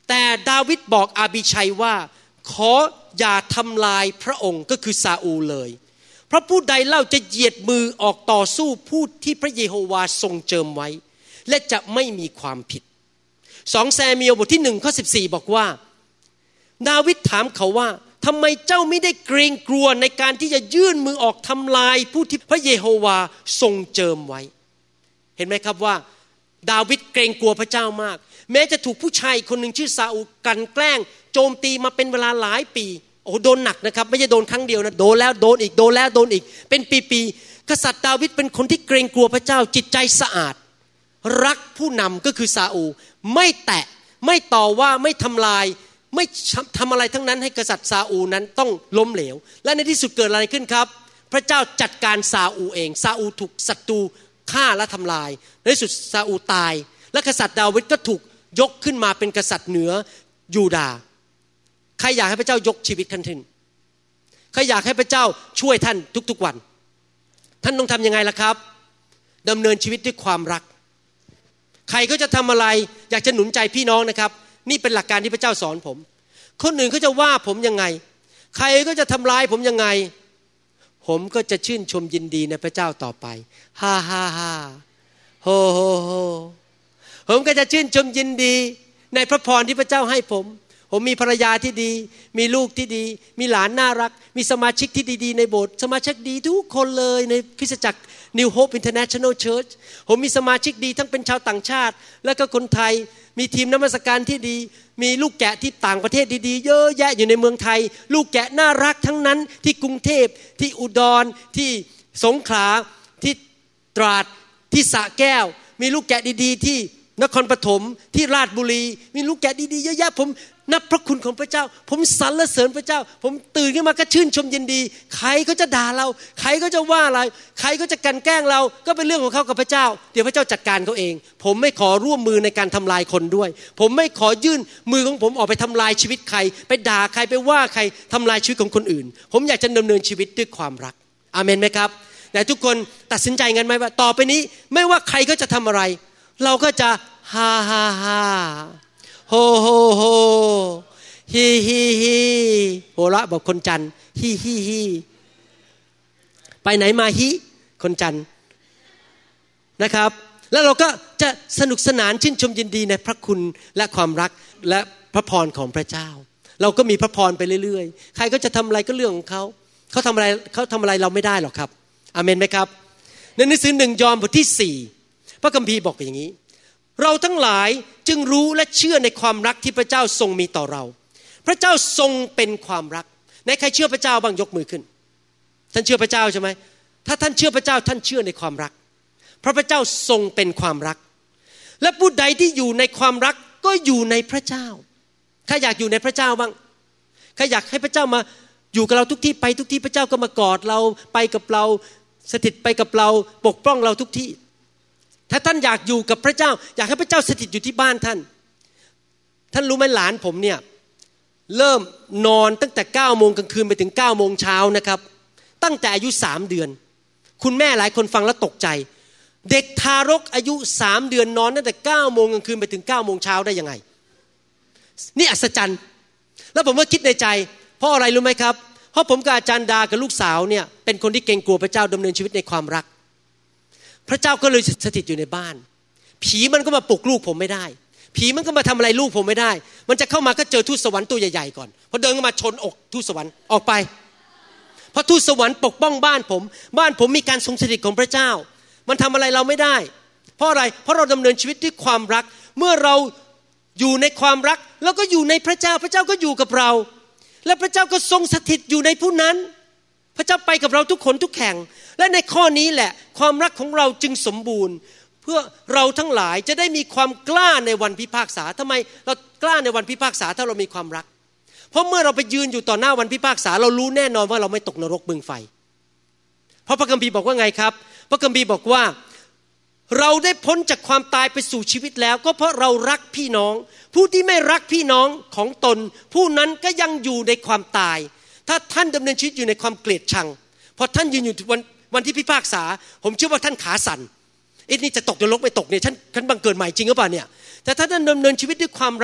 แต่ดาวิดบอกอาบิชัยว่าขออย่าทำลายพระองค์ก็คือซาอูลเลยเพราะผู้ใดเล่าจะเหยียดมือออกต่อสู้ผู้ที่พระเยโฮวาทรงเจิมไว้และจะไม่มีความผิด2 แซมูเอลบทที่1ข้อ14บอกว่าดาวิดถามเขาว่าทำไมเจ้าไม่ได้เกรงกลัวในการที่จะยื่นมือออกทำลายผู้ที่พระเยโฮวาทรงเจิมไว้เห็นไหมครับว่าดาวิดเกรงกลัวพระเจ้ามากแม้จะถูกผู้ชายคนหนึ่งชื่อซาอูลกันแกล้งโจมตีมาเป็นเวลาหลายปีโอ้โดนหนักนะครับไม่ใช่โดนครั้งเดียวนะโดนแล้วโดนอีกโดนแล้วโดนอีกเป็นปีๆกษัตริย์ดาวิดเป็นคนที่เกรงกลัวพระเจ้าจิตใจสะอาดรักผู้นำก็คือซาอูลไม่แตะไม่ต่อว่าไม่ทำลายไม่ทำอะไรทั้งนั้นให้กษัตริย์ซาอูลนั้นต้องล้มเหลวและในที่สุดเกิดอะไรขึ้นครับพระเจ้าจัดการซาอูลเองซาอูลถูกศัตรูฆ่าและทำลายในที่สุดซาอูลตายและกษัตริย์ดาวิดก็ถูกยกขึ้นมาเป็นกษัตริย์เหนือยูดาห์ใครอยากให้พระเจ้ายกชีวิตท่านขึ้นใครอยากให้พระเจ้าช่วยท่านทุกๆวันท่านต้องทำยังไงล่ะครับดำเนินชีวิตด้วยความรักใครก็จะทำอะไรอยากจะหนุนใจพี่น้องนะครับนี่เป็นหลักการที่พระเจ้าสอนผมคนอื่นเขาจะว่าผมยังไงใครก็จะทำร้ายผมยังไงผมก็จะชื่นชมยินดีในพระเจ้าต่อไปฮ่าฮ่าฮ่าโฮโฮโฮผมก็จะชื่นชมยินดีในพระพรที่พระเจ้าให้ผมมีภรรยาที่ดีมีลูกที่ดีมีหลานน่ารักมีสมาชิกที่ดีๆในโบสถ์สมาชิกดีทุกคนเลยในคริสตจักร New Hope International Church ผมมีสมาชิกดีทั้งเป็นชาวต่างชาติและก็คนไทยมีทีมนมัสการที่ดีมีลูกแกะที่ต่างประเทศดีๆเยอะแยะอยู่ในเมืองไทยลูกแกะน่ารักทั้งนั้นที่กรุงเทพที่อุดรที่สงขลาที่ตราดที่สระแก้วมีลูกแกะดีๆที่นครปฐมที่ราชบุรีมีลูกแกะดีๆเยอะแยะผมนับพระคุณของพระเจ้าผมสรรเสริญพระเจ้าผมตื่นขึ้นมาก็ชื่นชมยินดีใครก็จะด่าเราใครก็จะว่าอะไรใครก็จะกันแกล้งเราก็เป็นเรื่องของเขากับพระเจ้าเดี๋ยวพระเจ้าจัดการเขาเองผมไม่ขอร่วมมือในการทำลายคนด้วยผมไม่ขอยื่นมือของผมออกไปทำลายชีวิตใครไปด่าใครไปว่าใครทำลายชีวิตของคนอื่นผมอยากจะดำเนินชีวิตด้วยความรักอาเมนไหมครับแต่ทุกคนตัดสินใจกันไหมว่าต่อไปนี้ไม่ว่าใครก็จะทำอะไรเราก็จะฮ่าฮ่าฮ่าโฮโฮโฮฮีฮีฮีโหระบอกคนจันฮีฮีฮีไปไหนมาฮีคนจันนะครับแล้วเราก็จะสนุกสนานชื่นชมยินดีในพระคุณและความรักและพระพรของพระเจ้าเราก็มีพระพรไปเรื่อยๆใครก็จะทำอะไรก็เรื่องของเขาทำอะไรเราไม่ได้หรอกครับอาเมนไหมครับในหนังสือ1 ยอห์นบทที่4พระคัมภีร์บอกอย่างนี้เราทั้งหลายจึงรู้และเชื่อในความรักที่พระเจ้าทรงมีต่อเราพระเจ้าทรงเป็นความรักในใครเชื่อพระเจ้าบ้างยกมือขึ้นท่านเชื่อพระเจ้าใช่ไหมถ้าท่านเชื่อพระเจ้าท่านเชื่อในความรักเพราะพระเจ้าทรงเป็นความรักและผู้ใดที่อยู่ในความรักก็อยู่ในพระเจ้าใครอยากอยู่ในพระเจ้าบ้างใครอยากให้พระเจ้ามาอยู่กับเราทุกที่ไปทุกที่พระเจ้าก็มากอดเราไปกับเราสถิตไปกับเราปกป้องเราทุกที่ถ้าท่านอยากอยู่กับพระเจ้าอยากให้พระเจ้าสถิตอยู่ที่บ้านท่านรู้ไหมหลานผมเนี่ยเริ่มนอนตั้งแต่ 9 โมงกลางคืนไปถึง 9 โมงเช้านะครับตั้งแต่อายุ3 เดือนคุณแม่หลายคนฟังแล้วตกใจเด็กทารกอายุ3 เดือนนอนตั้งแต่ 9 โมงกลางคืนไปถึง 9 โมงเช้าได้ยังไงนี่อัศจรรย์แล้วผมก็คิดในใจเพราะอะไรรู้ไหมครับเพราะผมกับอาจารย์ดากับลูกสาวเนี่ยเป็นคนที่เกรงกลัวพระเจ้าดำเนินชีวิตในความรักพระเจ้าก็เลยสถิตอยู่ในบ้านผีมันก็มาปลุกลูกผมไม่ได้ผีมันก็มาทำอะไรลูกผมไม่ได้มันจะเข้ามาก็เจอทูตสวรรค์ตัวใหญ่ๆก่อนพอเดินเข้ามาชนอกทูตสวรรค์ออกไปเพราะทูตสวรรค์ปกป้องบ้านผมมีการทรงสถิตของพระเจ้ามันทำอะไรเราไม่ได้เพราะอะไรเพราะเราดำเนินชีวิตด้วยความรักเมื่อเราอยู่ในความรักแล้วก็อยู่ในพระเจ้าพระเจ้าก็อยู่กับเราและพระเจ้าก็ทรงสถิตอยู่ในผู้นั้นพระเจ้าไปกับเราทุกคนทุกแห่งและในข้อนี้แหละความรักของเราจึงสมบูรณ์เพื่อเราทั้งหลายจะได้มีความกล้าในวันพิพากษาทำไมเรากล้าในวันพิพากษาถ้าเรามีความรักเพราะเมื่อเราไปยืนอยู่ต่อหน้าวันพิพากษาเรารู้แน่นอนว่าเราไม่ตกนรกบึงไฟเพราะพระคัมภีร์บอกว่าไงครับพระคัมภีร์บอกว่าเราได้พ้นจากความตายไปสู่ชีวิตแล้วก็เพราะเรารักพี่น้องผู้ที่ไม่รักพี่น้องของตนผู้นั้นก็ยังอยู่ในความตายถ้าท่านดำเนินชีวิตอยู่ในความเกลียดชังพอท่านยืนอยู่วันที่พิพากษาผมเชื่อว่าท่านขาสั่นนี่จะตกนรกไม่ตกเนี่ยฉันบังเกิดใหม่จริงหรือเปล่าเนี่ยแต่ถ้าท่านดำเนินชีวิตด้วยความรัก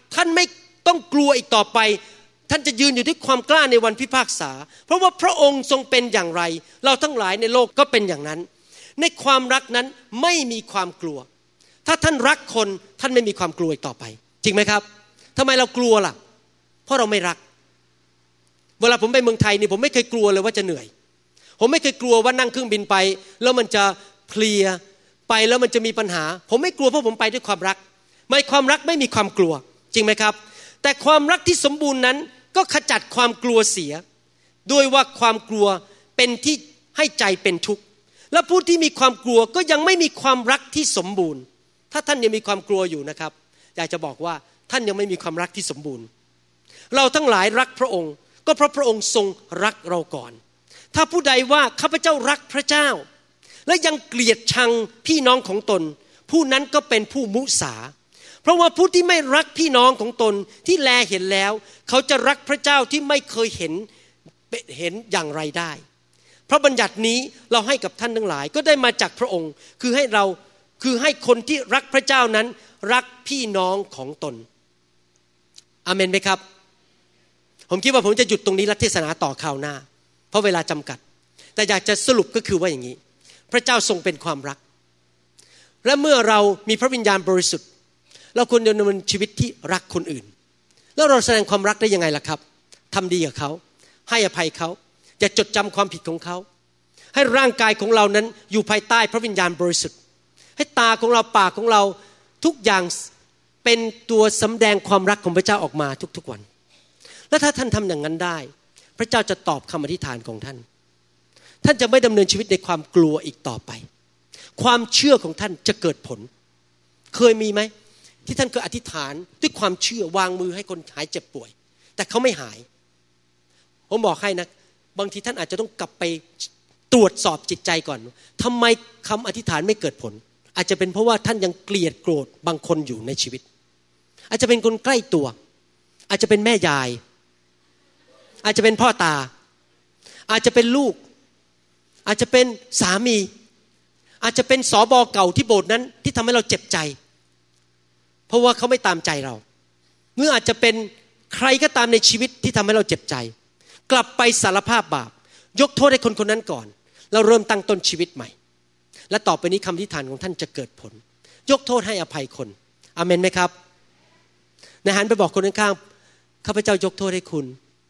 ท่านไม่ต้องกลัวอีกต่อไปท่านจะยืนอยู่ด้วยความกล้าในวันพิพากษาเพราะว่าพระองค์ทรงเป็นอย่างไรเราทั้งหลายในโลกก็เป็นอย่างนั้นในความรักนั้นไม่มีความกลัวถ้าท่านรักคนท่านไม่มีความกลัวอีกต่อไปจริงไหมครับทำไมเรากลัวล่ะเพราะเราไม่รักเวลาผมไปเมืองไทยนี่ผมไม่เคยกลัวเลยว่าจะเหนื่อยผมไม่เคยกลัวว่านั่งเครื่องบินไปแล้วมันจะเพลียไปแล้วมันจะมีปัญหาผมไม่กลัวเพราะผมไปด้วยความรักไม่ความรักไม่มีความกลัวจริงไหมครับแต่ความรักที่สมบูรณ์นั้นก็ขจัดความกลัวเสียด้วยว่าความกลัวเป็นที่ให้ใจเป็นทุกข์และผู้ที่มีความกลัวก็ยังไม่มีความรักที่สมบูรณ์ถ้าท่านยังมีความกลัวอยู่นะครับอยากจะบอกว่าท่านยังไม่มีความรักที่สมบูรณ์เราทั้งหลายรักพระองค์ก็เพราะพระองค์ทรงรักเราก่อนถ้าผู้ใดว่าข้าพเจ้ารักพระเจ้าและยังเกลียดชังพี่น้องของตนผู้นั้นก็เป็นผู้มุสาเพราะว่าผู้ที่ไม่รักพี่น้องของตนที่แลเห็นแล้วเขาจะรักพระเจ้าที่ไม่เคยเห็นอย่างไรได้พระบัญญัตินี้เราให้กับท่านทั้งหลายก็ได้มาจากพระองค์คือให้คนที่รักพระเจ้านั้นรักพี่น้องของตนอาเมนไหมครับผมคิดว่าผมจะหยุดตรงนี้และเทศนาต่อคราวหน้าเพราะเวลาจำกัดแต่อยากจะสรุปก็คือว่าอย่างนี้พระเจ้าทรงเป็นความรักและเมื่อเรามีพระวิญญาณบริสุทธิ์เราควรดำเนินชีวิตที่รักคนอื่นแล้วเราแสดงความรักได้ยังไงล่ะครับทำดีกับเขาให้อภัยเขาอย่าจดจำความผิดของเขาให้ร่างกายของเรานั้นอยู่ภายใต้พระวิญญาณบริสุทธิ์ให้ตาของเราปากของเราทุกอย่างเป็นตัวสำแดงความรักของพระเจ้าออกมาทุกๆวันและถ้าท่านทำอย่างนั้นได้พระเจ้าจะตอบคำอธิษฐานของท่านท่านจะไม่ดำเนินชีวิตในความกลัวอีกต่อไปความเชื่อของท่านจะเกิดผลเคยมีไหมที่ท่านเคยอธิษฐานด้วยความเชื่อวางมือให้คนหายเจ็บป่วยแต่เขาไม่หายผมบอกให้นะบางทีท่านอาจจะต้องกลับไปตรวจสอบจิตใจก่อนทำไมคำอธิษฐานไม่เกิดผลอาจจะเป็นเพราะว่าท่านยังเกลียดโกรธบางคนอยู่ในชีวิตอาจจะเป็นคนใกล้ตัวอาจจะเป็นแม่ยายอาจจะเป็นพ่อตาอาจจะเป็นลูกอาจจะเป็นสามีอาจจะเป็นสบเก่าที่โบสถ์นั้นที่ทำให้เราเจ็บใจเพราะว่าเขาไม่ตามใจเราหรืออาจจะเป็นใครก็ตามในชีวิตที่ทำให้เราเจ็บใจกลับไปสารภาพบาปยกโทษให้คนคนนั้นก่อนแล้วเริ่มตั้งต้นชีวิตใหม่และต่อไปนี้คำอธิษฐานของท่านจะเกิดผลยกโทษให้อภัยคนอาเมนไหมครับในหันไปบอกคนข้างๆข้าพเจ้ายกโทษให้คุณ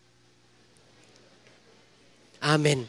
อาเมน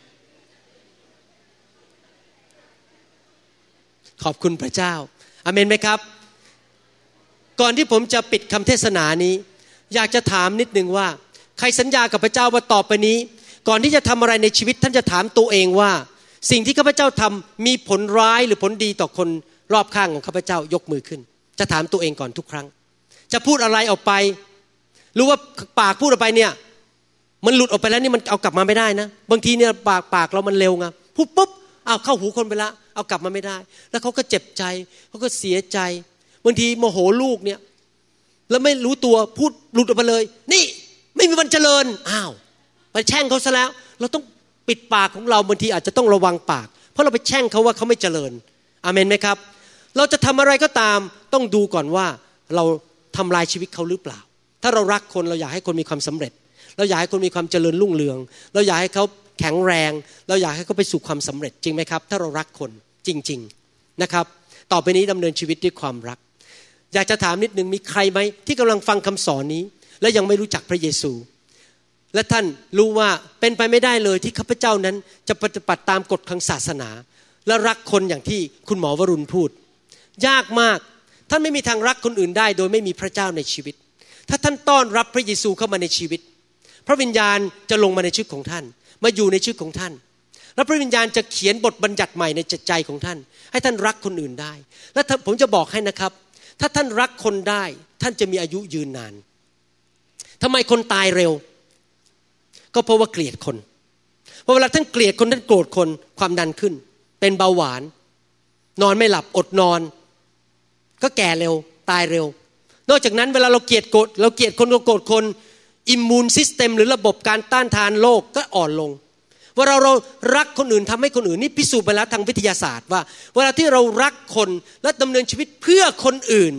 ขอบคุณพระเจ้าอาเมนไหมครับก่อนที่ผมจะปิดคำเทศนานี้อยากจะถามนิดนึงว่าใครสัญญากับพระเจ้าว่าต่อไปนี้ก่อนที่จะทำอะไรในชีวิตท่านจะถามตัวเองว่าสิ่งที่ข้าพเจ้าทำมีผลร้ายหรือผลดีต่อคนรอบข้างของข้าพเจ้ายกมือขึ้นจะถามตัวเองก่อนทุกครั้งจะพูดอะไรออกไปรู้ว่าปากพูดออกไปเนี่ยมันหลุดออกไปแล้วนี่มันเอากลับมาไม่ได้นะบางทีเนี่ยปากเรามันเร็วไงพูดปุ๊บเข้าหูคนไปละเอากลับมาไม่ได้แล้วเขาก็เจ็บใจเขาก็เสียใจบางทีโมโหลูกเนี่ยแล้วไม่รู้ตัวพูดหลุดออกไปเลยนี่ไม่มีวันเจริญไปแช่งเขาซะแล้วเราต้องปิดปากของเราบางทีอาจจะต้องระวังปากเพราะเราไปแช่งเขาว่าเขาไม่เจริญอาเมนไหมครับเราจะทำอะไรก็ตามต้องดูก่อนว่าเราทำลายชีวิตเขาหรือเปล่าถ้าเรารักคนเราอยากให้คนมีความสำเร็จเราอยากให้คนมีความเจริญรุ่งเรืองเราอยากให้เขาแข็งแรงเราอยากให้เขาไปสู่ความสำเร็จจริงไหมครับถ้าเรารักคนจริงๆนะครับต่อไปนี้ดำเนินชีวิตด้วยความรักอยากจะถามนิดนึงมีใครไหมที่กำลังฟังคำสอนนี้และยังไม่รู้จักพระเยซูและท่านรู้ว่าเป็นไปไม่ได้เลยที่ข้าพเจ้านั้นจะปฏิบัติตามกฎของศาสนาและรักคนอย่างที่คุณหมอวรุณพูดยากมากท่านไม่มีทางรักคนอื่นได้โดยไม่มีพระเจ้าในชีวิตถ้าท่านต้อนรับพระเยซูเข้ามาในชีวิตพระวิญญาณจะลงมาในชีวิตของท่านมาอยู่ในชีวิตของท่านและพระวิญญาณจะเขียนบทบัญญัติใหม่ในจิตใจของท่านให้ท่านรักคนอื่นได้และผมจะบอกให้นะครับถ้าท่านรักคนได้ท่านจะมีอายุยืนนานทำไมคนตายเร็วก็เพราะว่าเกลียดคนพอเวลาท่านเกลียดคนท่านโกรธคนความดันขึ้นเป็นเบาหวานนอนไม่หลับอดนอนก็แก่เร็วตายเร็วนอกจากนั้นเวลาเราเกลียดคนก็โกรธคนอิมมูนซิสเต็มหรือระบบการต้านทานโรคก็อ่อนลงเวลาเรารักคนอื่นทำให้คนอื่นนี่พิสูจน์ไปแล้วทางวิทยาศาสตร์ว่าเวลาที่เรารักคนและดำเนินชีวิตเพื่อคนอื่น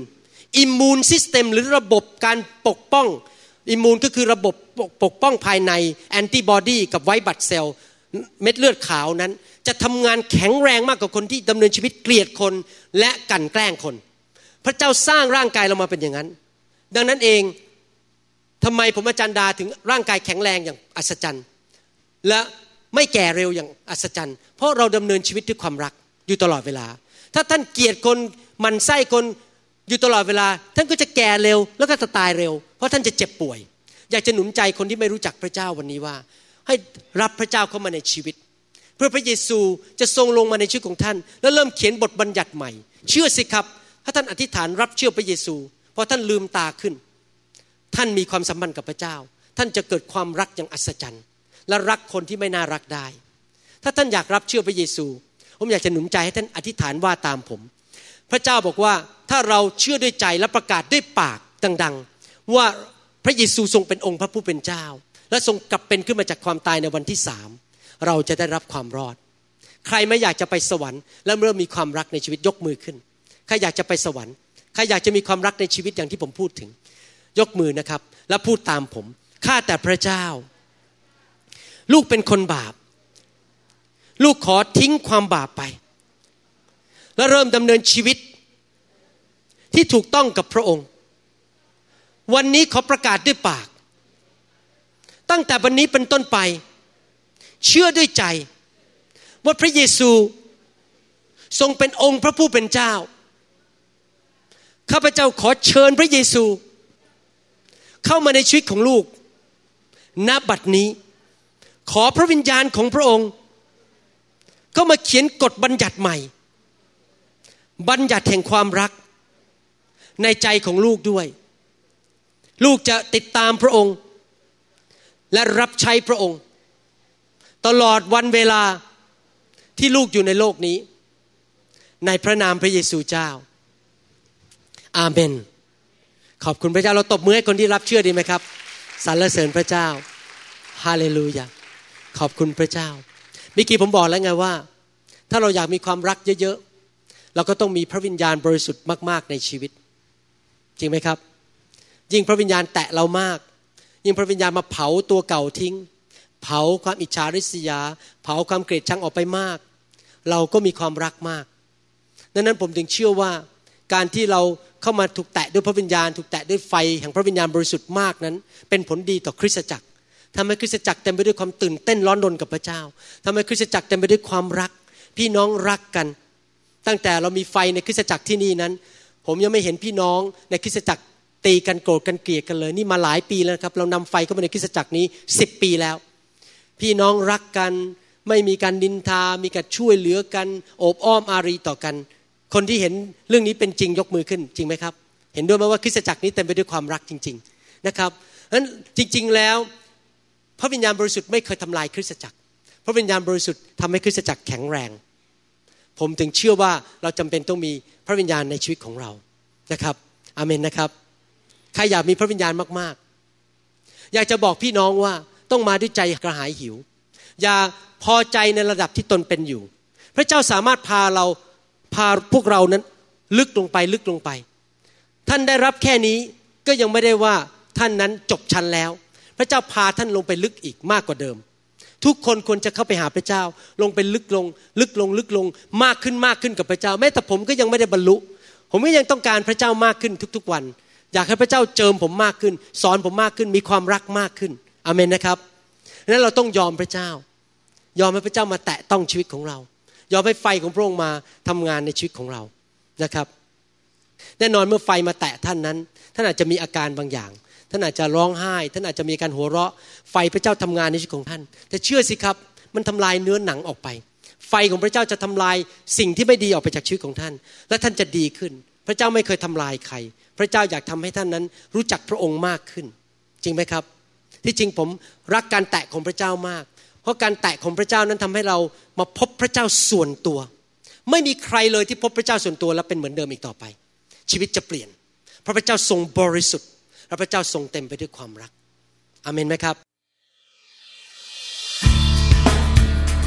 อิมมูนซิสเต็มหรือระบบการปกป้องอิมมูนก็คือระบบปกป้องภายในแอนติบอดีกับไวท์บลัดเซลล์เม็ดเลือดขาวนั้นจะทำงานแข็งแรงมากกว่าคนที่ดำเนินชีวิตเกลียดคนและกลั่นแกล้งคนพระเจ้าสร้างร่างกายเรามาเป็นอย่างนั้นดังนั้นเองทำไมผมอาจารย์ดาถึงร่างกายแข็งแรงอย่างอัศจรรย์และไม่แก่เร็วอย่างอัศจรรย์เพราะเราดำเนินชีวิตด้วยความรักอยู่ตลอดเวลาถ้าท่านเกลียดคนหมั่นไส้คนอยู่ตลอดเวลาท่านก็จะแก่เร็วแล้วก็จะตายเร็วเพราะท่านจะเจ็บป่วยอยากจะหนุนใจคนที่ไม่รู้จักพระเจ้าวันนี้ว่าให้รับพระเจ้าเข้ามาในชีวิตเพื่อพระเยซูจะทรงลงมาในชีวิตของท่านแล้วเริ่มเขียนบทบัญญัติใหม่เชื่อสิครับถ้าท่านอธิษฐานรับเชื่อพระเยซูพอท่านลืมตาขึ้นท่านมีความสัมพันธ์กับพระเจ้าท่านจะเกิดความรักอย่างอัศจรรย์และรักคนที่ไม่น่ารักได้ถ้าท่านอยากรับเชื่อพระเยซูผมอยากจะหนุนใจให้ท่านอธิษฐานว่าตามผมพระเจ้าบอกว่าถ้าเราเชื่อด้วยใจและประกาศด้วยปากดังๆว่าพระเยซูทรงเป็นองค์พระผู้เป็นเจ้าและทรงกลับเป็นขึ้นมาจากความตายในวันที่3เราจะได้รับความรอดใครไม่อยากจะไปสวรรค์และเริ่มมีความรักในชีวิตยกมือขึ้นใครอยากจะไปสวรรค์ใครอยากจะมีความรักในชีวิตอย่างที่ผมพูดถึงยกมือนะครับและพูดตามผมข้าแต่พระเจ้าลูกเป็นคนบาปลูกขอทิ้งความบาปไปและเริ่มดำเนินชีวิตที่ถูกต้องกับพระองค์วันนี้ขอประกาศด้วยปากตั้งแต่วันนี้เป็นต้นไปเชื่อด้วยใจว่าพระเยซูทรงเป็นองค์พระผู้เป็นเจ้าข้าพเจ้าขอเชิญพระเยซูเข้ามาในชีวิตของลูกณบัดนี้ขอพระวิญญาณของพระองค์เข้ามาเขียนกฎบัญญัติใหม่บัญญัติแห่งความรักในใจของลูกด้วยลูกจะติดตามพระองค์และรับใช้พระองค์ตลอดวันเวลาที่ลูกอยู่ในโลกนี้ในพระนามพระเยซูเจ้าอาเมนขอบคุณพระเจ้าเราตบมือให้คนที่รับเชื่อดีไหมครับสรรเสริญพระเจ้าฮาเลลูยาขอบคุณพระเจ้าเมื่อกี้ผมบอกแล้วไงว่าถ้าเราอยากมีความรักเยอะๆเราก็ต้องมีพระวิญญาณบริสุทธิ์มากๆในชีวิตจริงไหมครับยิ่งพระวิญญาณแตะเรามากยิ่งพระวิญญาณมาเผาตัวเก่าทิ้งเผาความอิจฉาริษยาเผาความเกลียดชังออกไปมากเราก็มีความรักมากดังนั้นผมจึงเชื่อว่าการที่เราเข้ามาถูกแตะด้วยพระวิญญาณถูกแตะด้วยไฟแห่งพระวิญญาณบริสุทธิ์มากนั้นเป็นผลดีต่อคริสตจักรทำให้คริสตจักรเต็มไปด้วยความตื่นเต้นร้อนรนกับพระเจ้าทำให้คริสตจักรเต็มไปด้วยความรักพี่น้องรักกันตั้งแต่เรามีไฟในคริสตจักรที่นี่นั้นผมยังไม่เห็นพี่น้องในคริสตจักรตีกันโกรธกันเกลียดกันเลยนี่มาหลายปีแล้วครับเรานำไฟเข้ามาในคริสตจักรนี้10 ปีแล้วพี่น้องรักกันไม่มีการนินทามีการช่วยเหลือกันโอบอ้อมอารีต่อกันคนที่เห็นเรื่องนี้เป็นจริงยกมือขึ้นจริงไหมครับเห็นด้วยไหมว่าคริสตจักรนี้เต็มไปด้วยความรักจริงๆนะครับนั้นจริงๆแล้วพระวิญญาณบริสุทธิ์ไม่เคยทำลายคริสตจักรพระวิญญาณบริสุทธิ์ทำให้คริสตจักรแข็งแรงผมถึงเชื่อว่าเราจำเป็นต้องมีพระวิญญาณในชีวิตของเรานะครับอาเมนนะครับใครอยากมีพระวิญญาณมากๆอยากจะบอกพี่น้องว่าต้องมาด้วยใจกระหายหิวอย่าพอใจในระดับที่ตนเป็นอยู่พระเจ้าสามารถพาพวกเรานั้นลึกลงไปท่านได้รับแค่นี้ก็ยังไม่ได้ว่าท่านนั้นจบชั้นแล้วพระเจ้าพาท่านลงไปลึกอีกมากกว่าเดิมทุกคนควรจะเข้าไปหาพระเจ้าลงไปลึกลงมากขึ้นกับพระเจ้าแม้แต่ผมก็ยังไม่ได้บรรลุผมก็ยังต้องการพระเจ้ามากขึ้นทุกๆวันอยากให้พระเจ้าเจิมผมมากขึ้นสอนผมมากขึ้นมีความรักมากขึ้นอาเมนนะครับนั้นเราต้องยอมพระเจ้ายอมให้พระเจ้ามาแตะต้องชีวิตของเรายอมให้ไฟของพระองค์มาทำงานในชีวิตของเรานะครับแน่นอนเมื่อไฟมาแตะท่านนั้นท่านอาจจะมีอาการบางอย่างท่านอาจจะร้องไห้ท่านอาจจะมีการหัวเราะไฟพระเจ้าทำงานในชีวิตของท่านแต่เชื่อสิครับมันทำลายเนื้อหนังออกไปไฟของพระเจ้าจะทำลายสิ่งที่ไม่ดีออกไปจากชีวิตของท่านและท่านจะดีขึ้นพระเจ้าไม่เคยทำลายใครพระเจ้าอยากทำให้ท่านนั้นรู้จักพระองค์มากขึ้นจริงไหมครับที่จริงผมรักการแตะของพระเจ้ามากเพราะการแตะของพระเจ้านั้นทำให้เรามาพบพระเจ้าส่วนตัวไม่มีใครเลยที่พบพระเจ้าส่วนตัวแล้วเป็นเหมือนเดิมอีกต่อไปชีวิตจะเปลี่ยนเพราะพระเจ้าทรงบริสุทธิ์และพระเจ้าทรงเต็มไปด้วยความรักอาเมนไหมครับ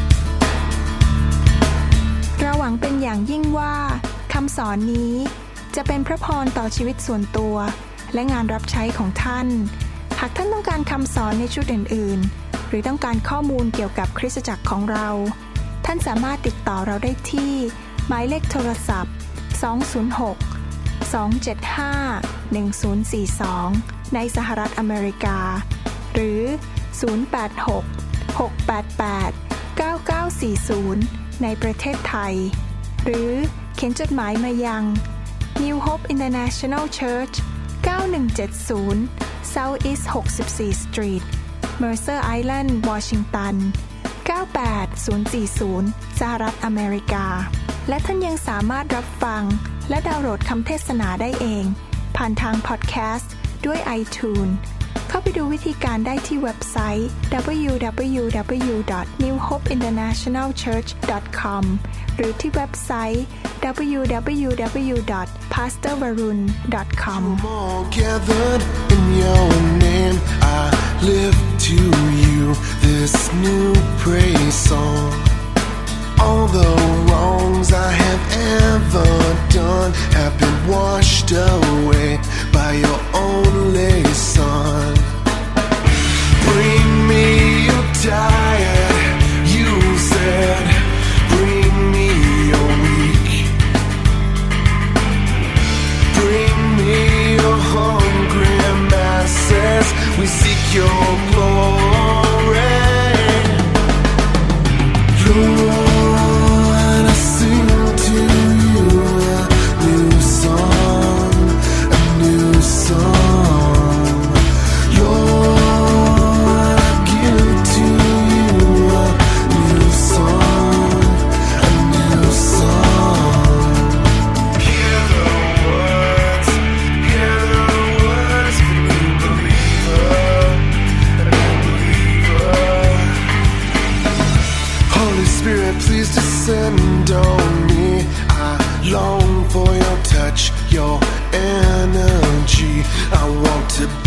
เราหวังเป็นอย่างยิ่งว่าคำสอนนี้จะเป็นพระพรต่อชีวิตส่วนตัวและงานรับใช้ของท่านหากท่านต้องการคำสอนในชุดอื่นๆหรือต้องการข้อมูลเกี่ยวกับคริสตจักรของเราท่านสามารถติดต่อเราได้ที่หมายเลขโทรศัพท์206-275-1042ในสหรัฐอเมริกาหรือ086-688-9940ในประเทศไทยหรือเขียนจดหมายมายัง New Hope International Church 9170 South East 64 Street Mercer Island Washington 98040 สหรัฐอเมริกาและท่านยังสามารถรับฟังและดาวน์โหลดคำเทศนาได้เองผ่านทางพอดแคสต์ด้วย iTunes เข้าไปดูวิธีการได้ที่เว็บไซต์ www.newhopeinternationalchurch.com หรือที่เว็บไซต์ www.pastorvarun.com Gathered in your name, I lift to you this new praise song. All the wrongs I have ever done have been washed away by your only Son. Bring me your tired, you said. Bring me your weak. Bring me your hungry masses. We seek your glory. Lord, I sing to you a new song, a new song. Lord, I give to you a new song, a new song. Hear the words of a new believer, a new believer. Holy Spirit, please descend on me. I long for your touch, your energy. I want to